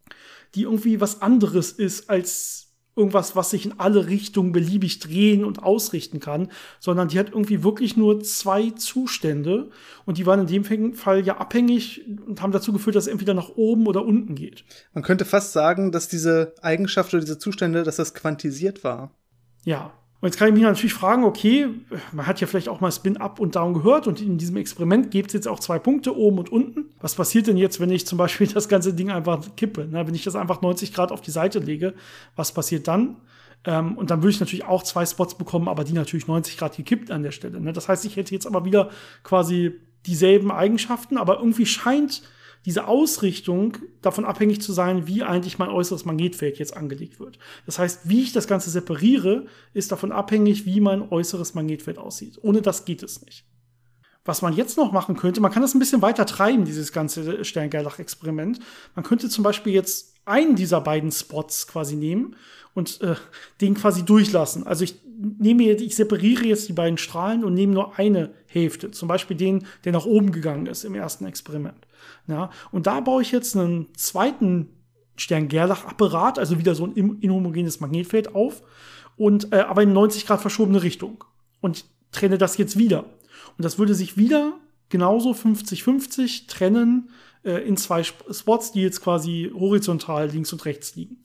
die irgendwie was anderes ist als irgendwas, was sich in alle Richtungen beliebig drehen und ausrichten kann, sondern die hat irgendwie wirklich nur zwei Zustände und die waren in dem Fall ja abhängig und haben dazu geführt, dass es entweder nach oben oder unten geht. Man könnte fast sagen, dass diese Eigenschaft oder diese Zustände, dass das quantisiert war. Ja. Und jetzt kann ich mich natürlich fragen, okay, man hat ja vielleicht auch mal Spin-Up und Down gehört und in diesem Experiment gibt es jetzt auch zwei Punkte, oben und unten. Was passiert denn jetzt, wenn ich zum Beispiel das ganze Ding einfach kippe? Ne? Wenn ich das einfach neunzig Grad auf die Seite lege, was passiert dann? Ähm, und dann würde ich natürlich auch zwei Spots bekommen, aber die natürlich neunzig Grad gekippt an der Stelle. Ne? Das heißt, ich hätte jetzt aber wieder quasi dieselben Eigenschaften, aber irgendwie scheint diese Ausrichtung davon abhängig zu sein, wie eigentlich mein äußeres Magnetfeld jetzt angelegt wird. Das heißt, wie ich das Ganze separiere, ist davon abhängig, wie mein äußeres Magnetfeld aussieht. Ohne das geht es nicht. Was man jetzt noch machen könnte, man kann das ein bisschen weiter treiben, dieses ganze Stern-Gerlach-Experiment. Man könnte zum Beispiel jetzt einen dieser beiden Spots quasi nehmen und äh, den quasi durchlassen. Also ich nehme, ich separiere jetzt die beiden Strahlen und nehme nur eine Hälfte. Zum Beispiel den, der nach oben gegangen ist im ersten Experiment. Ja, und da baue ich jetzt einen zweiten Stern-Gerlach-Apparat, also wieder so ein inhomogenes Magnetfeld auf, und äh, aber in neunzig Grad verschobene Richtung. Und trenne das jetzt wieder. Und das würde sich wieder genauso fünfzig fünfzig trennen äh, in zwei Spots, die jetzt quasi horizontal links und rechts liegen.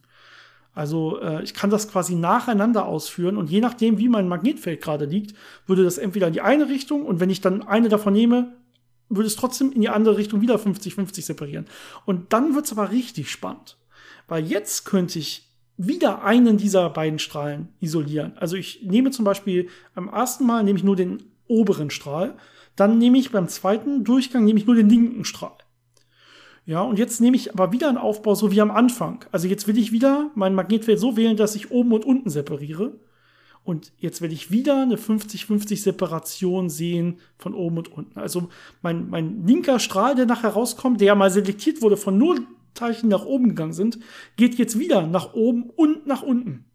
Also äh, ich kann das quasi nacheinander ausführen und je nachdem, wie mein Magnetfeld gerade liegt, würde das entweder in die eine Richtung und wenn ich dann eine davon nehme, würde es trotzdem in die andere Richtung wieder fünfzig fünfzig separieren. Und dann wird's aber richtig spannend. Weil jetzt könnte ich wieder einen dieser beiden Strahlen isolieren. Also ich nehme zum Beispiel beim ersten Mal nehme ich nur den oberen Strahl, dann nehme ich beim zweiten Durchgang nehme ich nur den linken Strahl. Ja, und jetzt nehme ich aber wieder einen Aufbau so wie am Anfang. Also jetzt will ich wieder mein Magnetfeld so wählen, dass ich oben und unten separiere. Und jetzt werde ich wieder eine fünfzig fünfzig Separation sehen von oben und unten. Also mein, mein linker Strahl, der nachher rauskommt, der ja mal selektiert wurde von nur Teilchen nach oben gegangen sind, geht jetzt wieder nach oben und nach unten.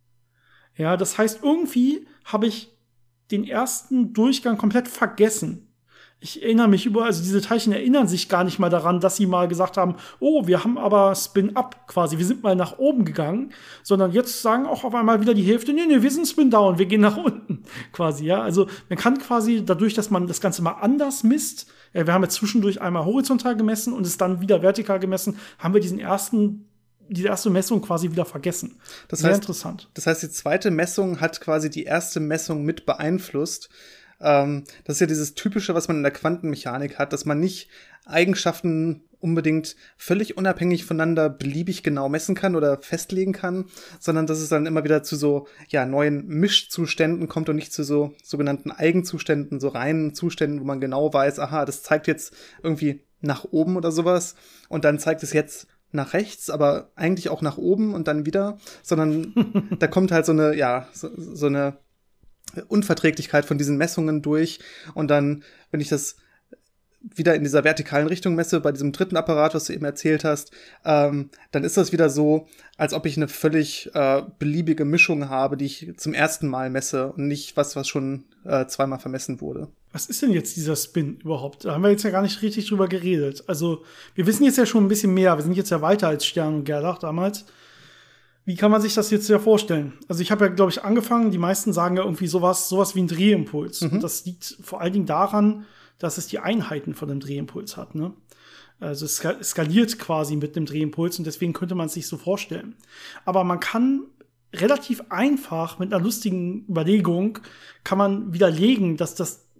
Ja, das heißt, irgendwie habe ich den ersten Durchgang komplett vergessen. Ich erinnere mich über, also diese Teilchen erinnern sich gar nicht mal daran, dass sie mal gesagt haben, oh, wir haben aber Spin-Up quasi, wir sind mal nach oben gegangen, sondern jetzt sagen auch auf einmal wieder die Hälfte, nee, nee, wir sind Spin-Down, wir gehen nach unten quasi, ja. Also man kann quasi dadurch, dass man das Ganze mal anders misst, äh, wir haben jetzt zwischendurch einmal horizontal gemessen und es dann wieder vertikal gemessen, haben wir diesen ersten diese erste Messung quasi wieder vergessen. Das Sehr heißt, interessant. Das heißt, die zweite Messung hat quasi die erste Messung mit beeinflusst. Ähm, das ist ja dieses Typische, was man in der Quantenmechanik hat, dass man nicht Eigenschaften unbedingt völlig unabhängig voneinander beliebig genau messen kann oder festlegen kann, sondern dass es dann immer wieder zu so ja neuen Mischzuständen kommt und nicht zu so sogenannten Eigenzuständen, so reinen Zuständen, wo man genau weiß, aha, das zeigt jetzt irgendwie nach oben oder sowas und dann zeigt es jetzt nach rechts, aber eigentlich auch nach oben und dann wieder, sondern da kommt halt so eine, ja, so, so eine Unverträglichkeit von diesen Messungen durch und dann, wenn ich das wieder in dieser vertikalen Richtung messe, bei diesem dritten Apparat, was du eben erzählt hast, ähm, dann ist das wieder so, als ob ich eine völlig äh, beliebige Mischung habe, die ich zum ersten Mal messe und nicht was, was schon äh, zweimal vermessen wurde. Was ist denn jetzt dieser Spin überhaupt? Da haben wir jetzt ja gar nicht richtig drüber geredet. Also, wir wissen jetzt ja schon ein bisschen mehr. Wir sind jetzt ja weiter als Stern und Gerlach damals. Wie kann man sich das jetzt ja vorstellen? Also, ich habe ja, glaube ich, angefangen. Die meisten sagen ja irgendwie sowas, sowas wie ein Drehimpuls. Mhm. Und das liegt vor allen Dingen daran, dass es die Einheiten von einem Drehimpuls hat, ne? Also es skaliert quasi mit einem Drehimpuls und deswegen könnte man es sich so vorstellen. Aber man kann relativ einfach mit einer lustigen Überlegung kann man widerlegen, dass das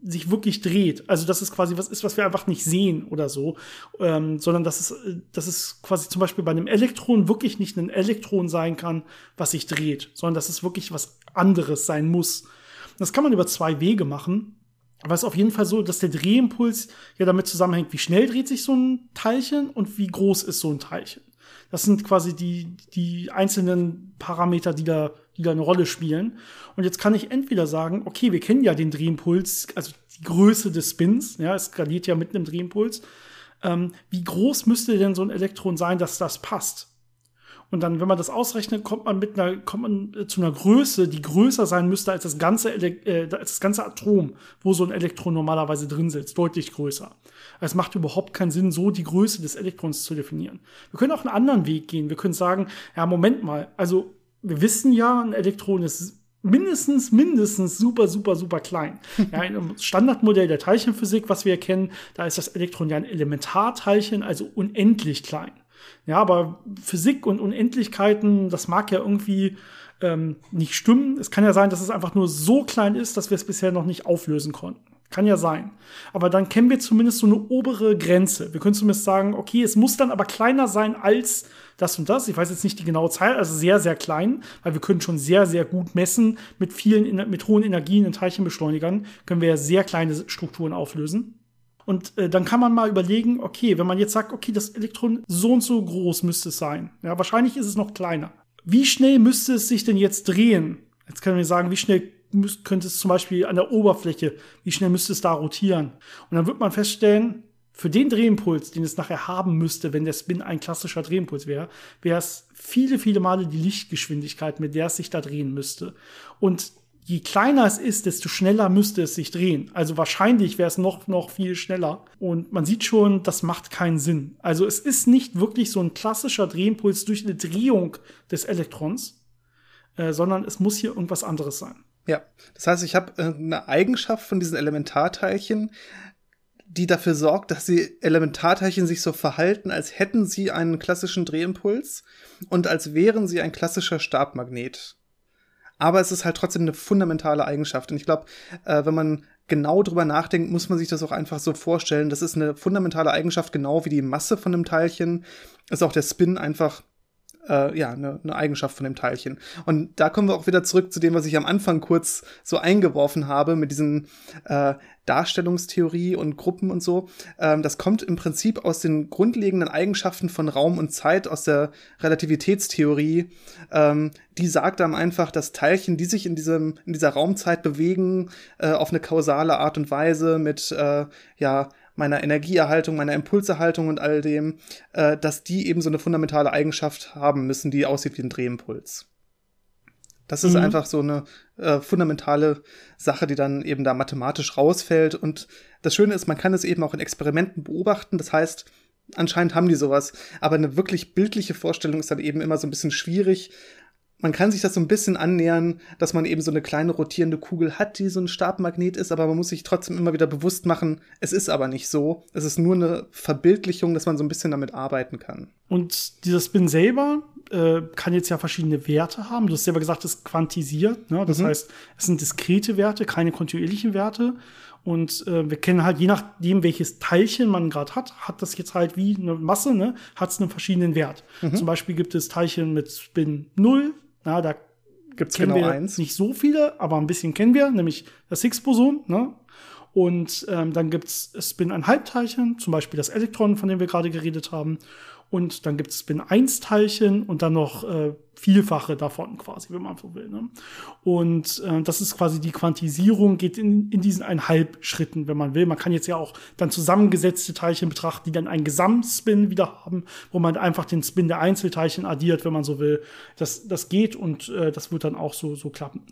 sich wirklich dreht. Also dass es quasi was ist, was wir einfach nicht sehen oder so, ähm, sondern dass es, dass es quasi zum Beispiel bei einem Elektron wirklich nicht ein Elektron sein kann, was sich dreht, sondern dass es wirklich was anderes sein muss. Das kann man über zwei Wege machen. Aber es ist auf jeden Fall so, dass der Drehimpuls ja damit zusammenhängt, wie schnell dreht sich so ein Teilchen und wie groß ist so ein Teilchen. Das sind quasi die, die einzelnen Parameter, die da, die da eine Rolle spielen. Und jetzt kann ich entweder sagen, okay, wir kennen ja den Drehimpuls, also die Größe des Spins, ja, es skaliert ja mit einem Drehimpuls. Ähm, wie groß müsste denn so ein Elektron sein, dass das passt? Und dann, wenn man das ausrechnet, kommt man mit einer, kommt man zu einer Größe, die größer sein müsste als das ganze, äh, als das ganze Atom, wo so ein Elektron normalerweise drin sitzt, deutlich größer. Es macht überhaupt keinen Sinn, so die Größe des Elektrons zu definieren. Wir können auch einen anderen Weg gehen. Wir können sagen, ja, Moment mal, also wir wissen ja, ein Elektron ist mindestens, mindestens super, super, super klein. Ja, im Standardmodell der Teilchenphysik, was wir kennen, da ist das Elektron ja ein Elementarteilchen, also unendlich klein. Ja, aber Physik und Unendlichkeiten, das mag ja irgendwie ähm, nicht stimmen. Es kann ja sein, dass es einfach nur so klein ist, dass wir es bisher noch nicht auflösen konnten. Kann ja sein. Aber dann kennen wir zumindest so eine obere Grenze. Wir können zumindest sagen, okay, es muss dann aber kleiner sein als das und das. Ich weiß jetzt nicht die genaue Zahl, also sehr, sehr klein, weil wir können schon sehr, sehr gut messen. Mit vielen, mit hohen Energien in Teilchenbeschleunigern können wir ja sehr kleine Strukturen auflösen. Und äh, dann kann man mal überlegen, okay, wenn man jetzt sagt, okay, das Elektron so und so groß müsste es sein. Ja, wahrscheinlich ist es noch kleiner. Wie schnell müsste es sich denn jetzt drehen? Jetzt können wir sagen, wie schnell müsst, könnte es zum Beispiel an der Oberfläche, wie schnell müsste es da rotieren? Und dann wird man feststellen, für den Drehimpuls, den es nachher haben müsste, wenn der Spin ein klassischer Drehimpuls wäre, wäre es viele, viele Male die Lichtgeschwindigkeit, mit der es sich da drehen müsste. Und je kleiner es ist, desto schneller müsste es sich drehen. Also wahrscheinlich wäre es noch, noch viel schneller. Und man sieht schon, das macht keinen Sinn. Also es ist nicht wirklich so ein klassischer Drehimpuls durch eine Drehung des Elektrons, äh, sondern es muss hier irgendwas anderes sein. Ja, das heißt, ich habe äh, eine Eigenschaft von diesen Elementarteilchen, die dafür sorgt, dass die Elementarteilchen sich so verhalten, als hätten sie einen klassischen Drehimpuls und als wären sie ein klassischer Stabmagnet. Aber es ist halt trotzdem eine fundamentale Eigenschaft. Und ich glaube, äh, wenn man genau drüber nachdenkt, muss man sich das auch einfach so vorstellen. Das ist eine fundamentale Eigenschaft, genau wie die Masse von einem Teilchen. Ist auch der Spin einfach Äh, ja, eine, eine Eigenschaft von dem Teilchen. Und da kommen wir auch wieder zurück zu dem, was ich am Anfang kurz so eingeworfen habe, mit diesen äh, Darstellungstheorie und Gruppen und so. Ähm, das kommt im Prinzip aus den grundlegenden Eigenschaften von Raum und Zeit, aus der Relativitätstheorie. Ähm, die sagt dann einfach, dass Teilchen, die sich in diesem in dieser Raumzeit bewegen, äh, auf eine kausale Art und Weise mit, äh, ja, meiner Energieerhaltung, meiner Impulserhaltung und all dem, äh, dass die eben so eine fundamentale Eigenschaft haben müssen, die aussieht wie ein Drehimpuls. Das ist mhm. einfach so eine äh, fundamentale Sache, die dann eben da mathematisch rausfällt. Und das Schöne ist, man kann es eben auch in Experimenten beobachten. Das heißt, anscheinend haben die sowas. Aber eine wirklich bildliche Vorstellung ist dann eben immer so ein bisschen schwierig. Man kann sich das so ein bisschen annähern, dass man eben so eine kleine rotierende Kugel hat, die so ein Stabmagnet ist, aber man muss sich trotzdem immer wieder bewusst machen, es ist aber nicht so. Es ist nur eine Verbildlichung, dass man so ein bisschen damit arbeiten kann. Und dieser Spin selber äh, kann jetzt ja verschiedene Werte haben. Du hast selber gesagt, es ist quantisiert. Ne? Das mhm. heißt, es sind diskrete Werte, keine kontinuierlichen Werte. Und äh, wir kennen halt, je nachdem, welches Teilchen man gerade hat, hat das jetzt halt wie eine Masse, ne, hat es einen verschiedenen Wert. Mhm. Zum Beispiel gibt es Teilchen mit Spin null. Na, da gibt's kennen genau wir eins. Nicht so viele, aber ein bisschen kennen wir, nämlich das Higgs-Boson. Ne? Und ähm, dann gibt's Spin ein Halbteilchen, zum Beispiel das Elektron, von dem wir gerade geredet haben. Und dann gibt es Spin eins Teilchen und dann noch äh, Vielfache davon quasi, wenn man so will. Ne? Und äh, das ist quasi die Quantisierung, geht in, in diesen eineinhalb Schritten, wenn man will. Man kann jetzt ja auch dann zusammengesetzte Teilchen betrachten, die dann einen Gesamtspin wieder haben, wo man einfach den Spin der Einzelteilchen addiert, wenn man so will. Das, das geht und äh, das wird dann auch so, so klappen.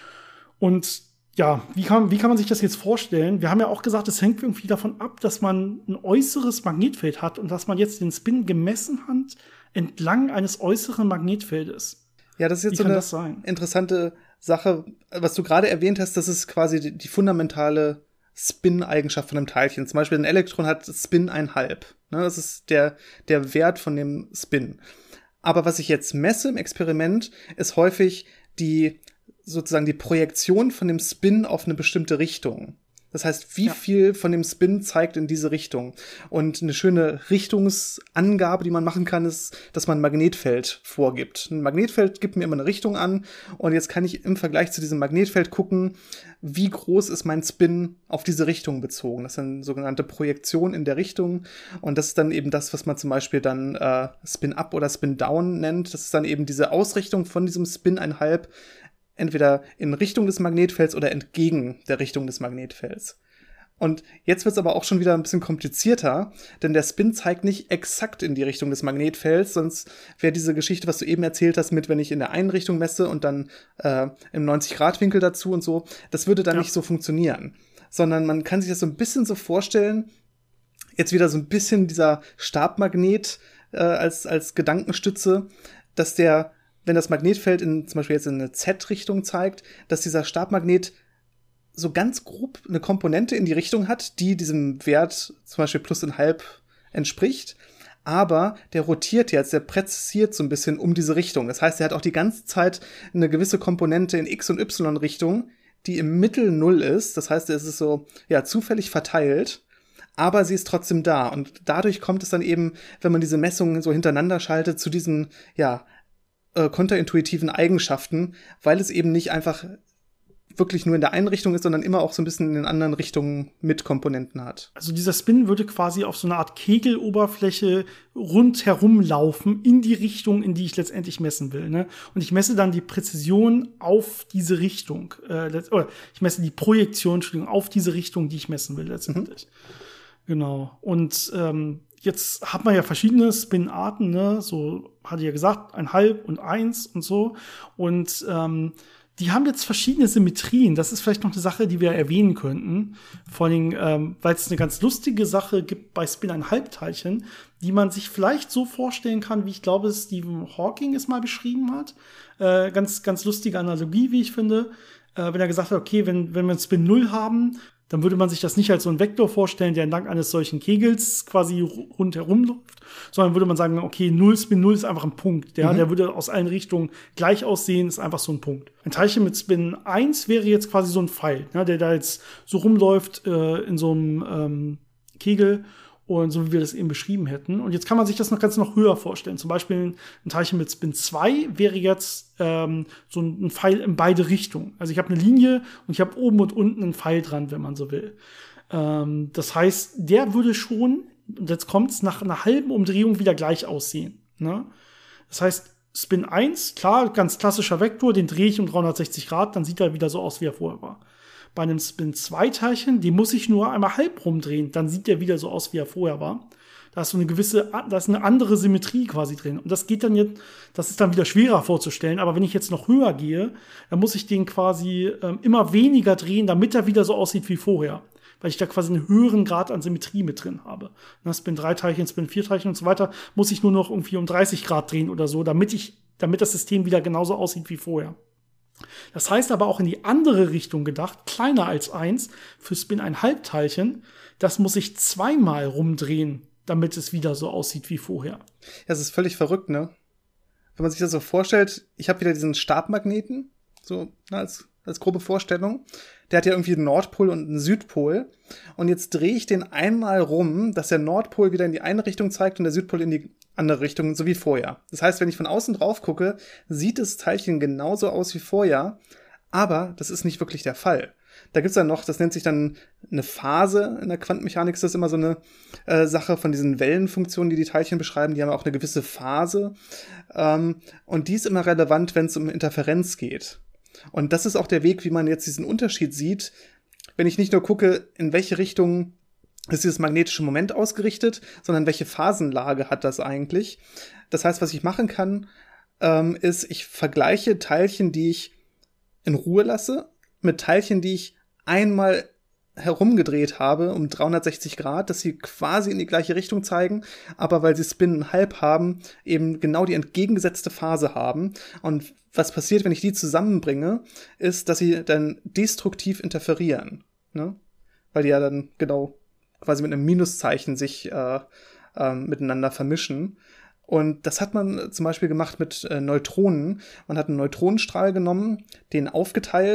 Und ja, wie kann, wie kann man sich das jetzt vorstellen? Wir haben ja auch gesagt, es hängt irgendwie davon ab, dass man ein äußeres Magnetfeld hat und dass man jetzt den Spin gemessen hat entlang eines äußeren Magnetfeldes. Ja, das ist jetzt wie so eine interessante Sache, was du gerade erwähnt hast, das ist quasi die, die fundamentale Spin-Eigenschaft von einem Teilchen. Zum Beispiel ein Elektron hat Spin einhalb. Ne, das ist der, der Wert von dem Spin. Aber was ich jetzt messe im Experiment, ist häufig die sozusagen die Projektion von dem Spin auf eine bestimmte Richtung. Das heißt, wie Ja. viel von dem Spin zeigt in diese Richtung? Und eine schöne Richtungsangabe, die man machen kann, ist, dass man ein Magnetfeld vorgibt. Ein Magnetfeld gibt mir immer eine Richtung an und jetzt kann ich im Vergleich zu diesem Magnetfeld gucken, wie groß ist mein Spin auf diese Richtung bezogen. Das ist eine sogenannte Projektion in der Richtung und das ist dann eben das, was man zum Beispiel dann äh, Spin-Up oder Spin-Down nennt. Das ist dann eben diese Ausrichtung von diesem Spin ein halb entweder in Richtung des Magnetfelds oder entgegen der Richtung des Magnetfelds. Und jetzt wird es aber auch schon wieder ein bisschen komplizierter, denn der Spin zeigt nicht exakt in die Richtung des Magnetfelds, sonst wäre diese Geschichte, was du eben erzählt hast, mit wenn ich in der einen Richtung messe und dann äh, im neunzig-Grad-Winkel dazu und so, das würde dann ja. nicht so funktionieren. Sondern man kann sich das so ein bisschen so vorstellen, jetzt wieder so ein bisschen dieser Stabmagnet äh, als, als Gedankenstütze, dass der wenn das Magnetfeld in, zum Beispiel jetzt in eine Z-Richtung zeigt, dass dieser Stabmagnet so ganz grob eine Komponente in die Richtung hat, die diesem Wert zum Beispiel plus ein halb entspricht. Aber der rotiert jetzt, der präzisiert so ein bisschen um diese Richtung. Das heißt, er hat auch die ganze Zeit eine gewisse Komponente in X- und Y-Richtung, die im Mittel null ist. Das heißt, es ist so ja zufällig verteilt. Aber sie ist trotzdem da. Und dadurch kommt es dann eben, wenn man diese Messungen so hintereinander schaltet, zu diesen, ja, konterintuitiven Eigenschaften, weil es eben nicht einfach wirklich nur in der einen Richtung ist, sondern immer auch so ein bisschen in den anderen Richtungen mit Komponenten hat. Also dieser Spin würde quasi auf so eine Art Kegeloberfläche rundherum laufen in die Richtung, in die ich letztendlich messen will. Ne? Und ich messe dann die Präzision auf diese Richtung. Äh, oder ich messe die Projektion, Entschuldigung, auf diese Richtung, die ich messen will letztendlich. Mhm. Genau. Und ähm, jetzt hat man ja verschiedene Spin-Arten, ne? So hatte ich ja gesagt, ein halb und eins und so. Und ähm, die haben jetzt verschiedene Symmetrien. Das ist vielleicht noch eine Sache, die wir erwähnen könnten. Vor allem, ähm, weil es eine ganz lustige Sache gibt bei Spin ein Halbteilchen, die man sich vielleicht so vorstellen kann, wie ich glaube, Stephen Hawking es mal beschrieben hat. Äh, ganz, ganz lustige Analogie, wie ich finde. Äh, wenn er gesagt hat, okay, wenn, wenn wir einen Spin null haben, dann würde man sich das nicht als so einen Vektor vorstellen, der entlang eines solchen Kegels quasi rundherum läuft, sondern würde man sagen, okay, null Spin null ist einfach ein Punkt. Ja? Mhm. Der würde aus allen Richtungen gleich aussehen, ist einfach so ein Punkt. Ein Teilchen mit Spin eins wäre jetzt quasi so ein Pfeil, ja, der da jetzt so rumläuft äh, in so einem ähm, Kegel und so wie wir das eben beschrieben hätten. Und jetzt kann man sich das noch ganz noch höher vorstellen. Zum Beispiel ein Teilchen mit Spin zwei wäre jetzt ähm, so ein Pfeil in beide Richtungen. Also ich habe eine Linie und ich habe oben und unten einen Pfeil dran, wenn man so will. Ähm, das heißt, der würde schon, und jetzt kommt's, nach einer halben Umdrehung wieder gleich aussehen. Ne? Das heißt, Spin eins, klar, ganz klassischer Vektor, den drehe ich um dreihundertsechzig Grad, dann sieht er wieder so aus, wie er vorher war. Bei einem Spin zwei Teilchen, den muss ich nur einmal halb rumdrehen, dann sieht der wieder so aus, wie er vorher war. Da ist so eine gewisse, da ist eine andere Symmetrie quasi drin. Und das geht dann jetzt, das ist dann wieder schwerer vorzustellen. Aber wenn ich jetzt noch höher gehe, dann muss ich den quasi ähm, immer weniger drehen, damit er wieder so aussieht wie vorher. Weil ich da quasi einen höheren Grad an Symmetrie mit drin habe. Na, Spin drei Teilchen, Spin vier Teilchen und so weiter, muss ich nur noch irgendwie um dreißig Grad drehen oder so, damit ich, damit das System wieder genauso aussieht wie vorher. Das heißt aber auch in die andere Richtung gedacht, kleiner als eins, für Spin ein Halbteilchen, das muss ich zweimal rumdrehen, damit es wieder so aussieht wie vorher. Ja, das ist völlig verrückt, ne? Wenn man sich das so vorstellt, ich habe wieder diesen Stabmagneten, so na, als, als grobe Vorstellung. Der hat ja irgendwie einen Nordpol und einen Südpol. Und jetzt drehe ich den einmal rum, dass der Nordpol wieder in die eine Richtung zeigt und der Südpol in die andere Richtung, so wie vorher. Das heißt, wenn ich von außen drauf gucke, sieht das Teilchen genauso aus wie vorher, aber das ist nicht wirklich der Fall. Da gibt's dann noch, das nennt sich dann eine Phase. In der Quantenmechanik ist das immer so eine äh, Sache von diesen Wellenfunktionen, die die Teilchen beschreiben. Die haben auch eine gewisse Phase. Ähm, und die ist immer relevant, wenn es um Interferenz geht. Und das ist auch der Weg, wie man jetzt diesen Unterschied sieht, wenn ich nicht nur gucke, in welche Richtung ist dieses magnetische Moment ausgerichtet, sondern welche Phasenlage hat das eigentlich. Das heißt, was ich machen kann, ähm, ist, ich vergleiche Teilchen, die ich in Ruhe lasse, mit Teilchen, die ich einmal herumgedreht habe um dreihundertsechzig Grad, dass sie quasi in die gleiche Richtung zeigen, aber weil sie Spin halb haben, eben genau die entgegengesetzte Phase haben. Und was passiert, wenn ich die zusammenbringe, ist, dass sie dann destruktiv interferieren, ne? Weil die ja dann genau quasi mit einem Minuszeichen sich äh, äh, miteinander vermischen. Und das hat man zum Beispiel gemacht mit äh, Neutronen. Man hat einen Neutronenstrahl genommen, den aufgeteilt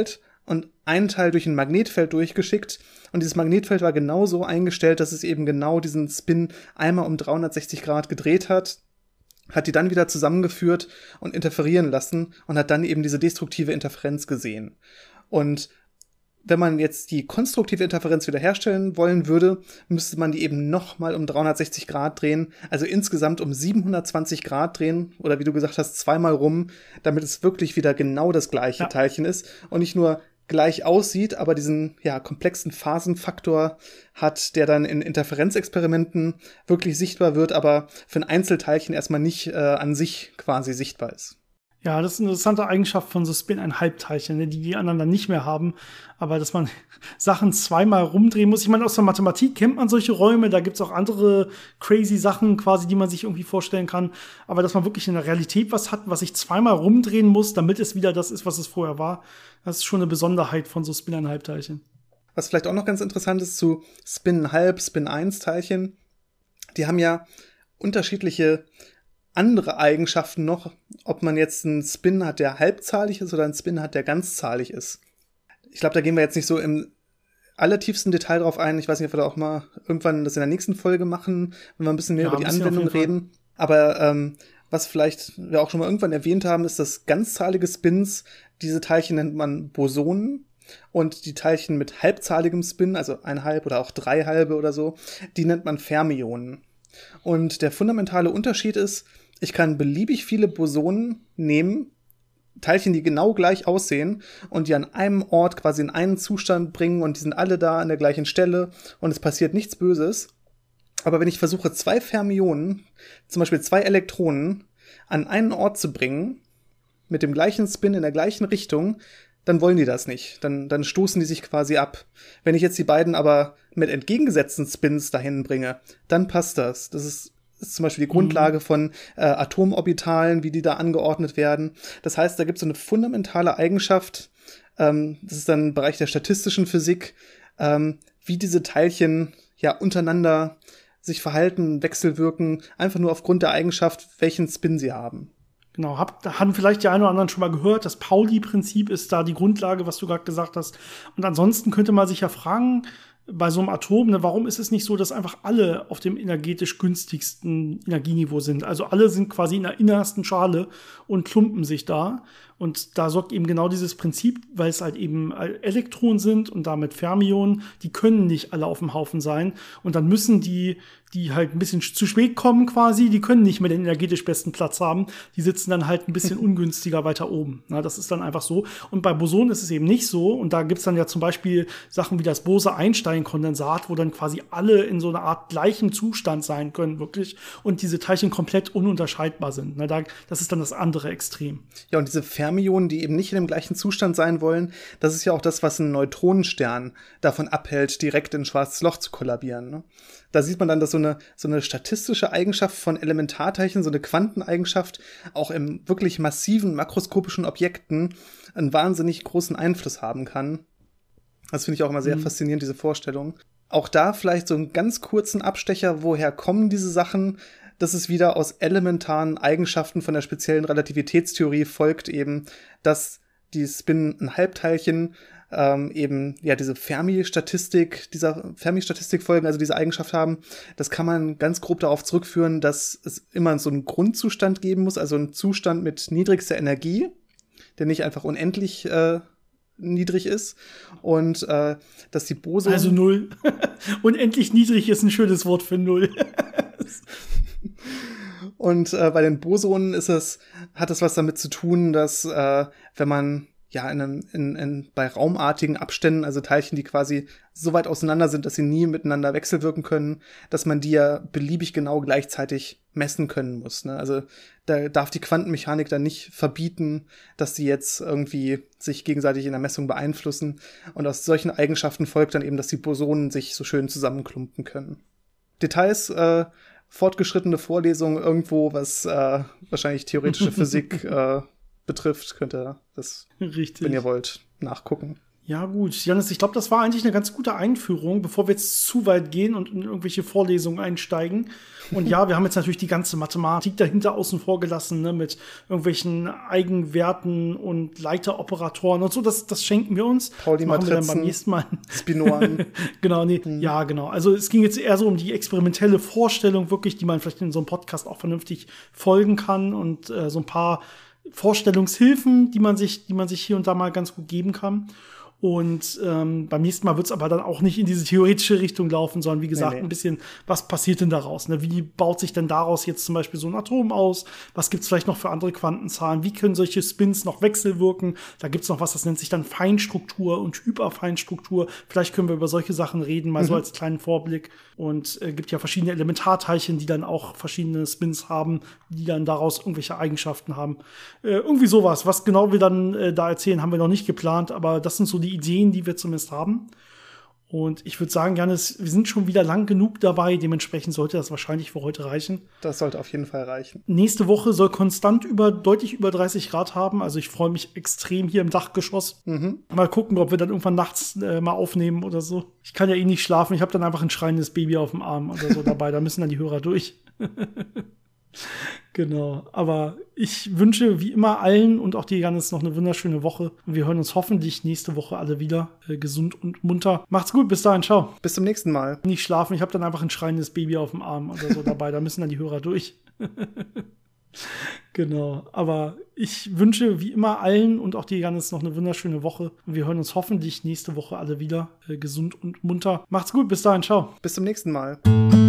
und einen Teil durch ein Magnetfeld durchgeschickt. Und dieses Magnetfeld war genau so eingestellt, dass es eben genau diesen Spin einmal um dreihundertsechzig Grad gedreht hat, hat die dann wieder zusammengeführt und interferieren lassen und hat dann eben diese destruktive Interferenz gesehen. Und wenn man jetzt die konstruktive Interferenz wiederherstellen wollen würde, müsste man die eben nochmal um dreihundertsechzig Grad drehen, also insgesamt um siebenhundertzwanzig Grad drehen, oder wie du gesagt hast, zweimal rum, damit es wirklich wieder genau das gleiche ja. Teilchen ist und nicht nur gleich aussieht, aber diesen ja komplexen Phasenfaktor hat, der dann in Interferenzexperimenten wirklich sichtbar wird, aber für ein Einzelteilchen erstmal nicht äh, an sich quasi sichtbar ist. Ja, das ist eine interessante Eigenschaft von so Spin-ein-Halbteilchen, ne, die die anderen dann nicht mehr haben. Aber dass man Sachen zweimal rumdrehen muss. Ich meine, aus der Mathematik kennt man solche Räume. Da gibt's auch andere crazy Sachen quasi, die man sich irgendwie vorstellen kann. Aber dass man wirklich in der Realität was hat, was ich zweimal rumdrehen muss, damit es wieder das ist, was es vorher war, das ist schon eine Besonderheit von so Spin-ein-Halbteilchen. Was vielleicht auch noch ganz interessant ist zu Spin-halb, Spin-eins-Teilchen. Die haben ja unterschiedliche andere Eigenschaften noch, ob man jetzt einen Spin hat, der halbzahlig ist oder einen Spin hat, der ganzzahlig ist. Ich glaube, da gehen wir jetzt nicht so im allertiefsten Detail drauf ein. Ich weiß nicht, ob wir da auch mal irgendwann das in der nächsten Folge machen, wenn wir ein bisschen mehr ja, über die Anwendung reden. Aber ähm, was vielleicht wir auch schon mal irgendwann erwähnt haben, ist, dass ganzzahlige Spins, diese Teilchen nennt man Bosonen. Und die Teilchen mit halbzahligem Spin, also ein halb oder auch drei halbe oder so, die nennt man Fermionen. Und der fundamentale Unterschied ist, ich kann beliebig viele Bosonen nehmen, Teilchen, die genau gleich aussehen und die an einem Ort quasi in einen Zustand bringen und die sind alle da an der gleichen Stelle und es passiert nichts Böses. Aber wenn ich versuche, zwei Fermionen, zum Beispiel zwei Elektronen, an einen Ort zu bringen, mit dem gleichen Spin in der gleichen Richtung, dann wollen die das nicht. Dann, dann stoßen die sich quasi ab. Wenn ich jetzt die beiden aber mit entgegengesetzten Spins dahin bringe, dann passt das. Das ist, ist zum Beispiel die Grundlage von äh, Atomorbitalen, wie die da angeordnet werden. Das heißt, da gibt es so eine fundamentale Eigenschaft, ähm, das ist dann im Bereich der statistischen Physik, ähm, wie diese Teilchen ja untereinander sich verhalten, wechselwirken, einfach nur aufgrund der Eigenschaft, welchen Spin sie haben. Genau, hab, haben vielleicht die einen oder anderen schon mal gehört. Das Pauli-Prinzip ist da die Grundlage, was du gerade gesagt hast. Und ansonsten könnte man sich ja fragen, bei so einem Atom, ne, warum ist es nicht so, dass einfach alle auf dem energetisch günstigsten Energieniveau sind? Also alle sind quasi in der innersten Schale und klumpen sich da. Und da sorgt eben genau dieses Prinzip, weil es halt eben Elektronen sind und damit Fermionen, die können nicht alle auf dem Haufen sein. Und dann müssen die, die halt ein bisschen zu spät kommen quasi, die können nicht mehr den energetisch besten Platz haben. Die sitzen dann halt ein bisschen ungünstiger weiter oben. Na, das ist dann einfach so. Und bei Bosonen ist es eben nicht so. Und da gibt's dann ja zum Beispiel Sachen wie das Bose-Einstein-Kondensat, wo dann quasi alle in so einer Art gleichen Zustand sein können, wirklich. Und diese Teilchen komplett ununterscheidbar sind. Na, da, das ist dann das andere Extrem. Ja, und diese Fermionen, die eben nicht in dem gleichen Zustand sein wollen, das ist ja auch das, was einen Neutronenstern davon abhält, direkt in ein schwarzes Loch zu kollabieren. Ne? Da sieht man dann, dass so eine, so eine statistische Eigenschaft von Elementarteilchen, so eine Quanteneigenschaft, auch im wirklich massiven makroskopischen Objekten einen wahnsinnig großen Einfluss haben kann. Das finde ich auch immer sehr mhm. faszinierend, diese Vorstellung. Auch da vielleicht so einen ganz kurzen Abstecher, woher kommen diese Sachen? Dass es wieder aus elementaren Eigenschaften von der speziellen Relativitätstheorie folgt eben, dass die Spin ein Halbteilchen ähm, eben ja diese Fermi-Statistik, dieser Fermi-Statistik folgen, also diese Eigenschaft haben. Das kann man ganz grob darauf zurückführen, dass es immer so einen Grundzustand geben muss, also einen Zustand mit niedrigster Energie, der nicht einfach unendlich äh, niedrig ist und äh, dass die Bosonen... Also null. Unendlich niedrig ist ein schönes Wort für null. Und äh, bei den Bosonen ist es, hat es was damit zu tun, dass äh, wenn man ja in, einem, in, in bei raumartigen Abständen, also Teilchen, die quasi so weit auseinander sind, dass sie nie miteinander wechselwirken können, dass man die ja beliebig genau gleichzeitig messen können muss. Ne? Also da darf die Quantenmechanik dann nicht verbieten, dass die jetzt irgendwie sich gegenseitig in der Messung beeinflussen. Und aus solchen Eigenschaften folgt dann eben, dass die Bosonen sich so schön zusammenklumpen können. Details, äh, fortgeschrittene Vorlesung irgendwo, was äh, wahrscheinlich theoretische Physik äh, betrifft, könnt ihr das, Richtig. wenn ihr wollt, nachgucken. Ja gut, Janis, ich glaube, das war eigentlich eine ganz gute Einführung, bevor wir jetzt zu weit gehen und in irgendwelche Vorlesungen einsteigen. Und ja, wir haben jetzt natürlich die ganze Mathematik dahinter außen vor gelassen, ne, mit irgendwelchen Eigenwerten und Leiteroperatoren und so. Das, das schenken wir uns. Pauli-Matrizen, das machen wir dann beim nächsten Mal. Spinoren. Genau, nee, Mhm. ja, genau. Also es ging jetzt eher so um die experimentelle Vorstellung wirklich, die man vielleicht in so einem Podcast auch vernünftig folgen kann und äh, so ein paar Vorstellungshilfen, die man sich, die man sich hier und da mal ganz gut geben kann. Und ähm, beim nächsten Mal wird es aber dann auch nicht in diese theoretische Richtung laufen, sondern wie gesagt, nee, nee. ein bisschen, was passiert denn daraus? Ne? Wie baut sich denn daraus jetzt zum Beispiel so ein Atom aus? Was gibt's vielleicht noch für andere Quantenzahlen? Wie können solche Spins noch wechselwirken? Da gibt's noch was, das nennt sich dann Feinstruktur und Hyperfeinstruktur. Vielleicht können wir über solche Sachen reden, mal mhm. so als kleinen Vorblick. Und äh, gibt ja verschiedene Elementarteilchen, die dann auch verschiedene Spins haben, die dann daraus irgendwelche Eigenschaften haben. Äh, irgendwie sowas. Was genau wir dann äh, da erzählen, haben wir noch nicht geplant, aber das sind so die Ideen, die wir zumindest haben. Und ich würde sagen, Janis, wir sind schon wieder lang genug dabei. Dementsprechend sollte das wahrscheinlich für heute reichen. Das sollte auf jeden Fall reichen. Nächste Woche soll konstant über, deutlich über dreißig Grad haben. Also ich freue mich extrem hier im Dachgeschoss. Mhm. Mal gucken, ob wir dann irgendwann nachts äh, mal aufnehmen oder so. Ich kann ja eh nicht schlafen. Ich habe dann einfach ein schreiendes Baby auf dem Arm oder so dabei. Da müssen dann die Hörer durch. Genau, aber ich wünsche wie immer allen und auch dir, Janis, noch eine wunderschöne Woche. Und wir hören uns hoffentlich nächste Woche alle wieder äh, gesund und munter. Macht's gut, bis dahin, ciao. Bis zum nächsten Mal. Nicht schlafen, ich habe dann einfach ein schreiendes Baby auf dem Arm oder so dabei. Da müssen dann die Hörer durch. Genau, aber ich wünsche wie immer allen und auch dir, Janis, noch eine wunderschöne Woche. Und wir hören uns hoffentlich nächste Woche alle wieder äh, gesund und munter. Macht's gut, bis dahin, ciao. Bis zum nächsten Mal.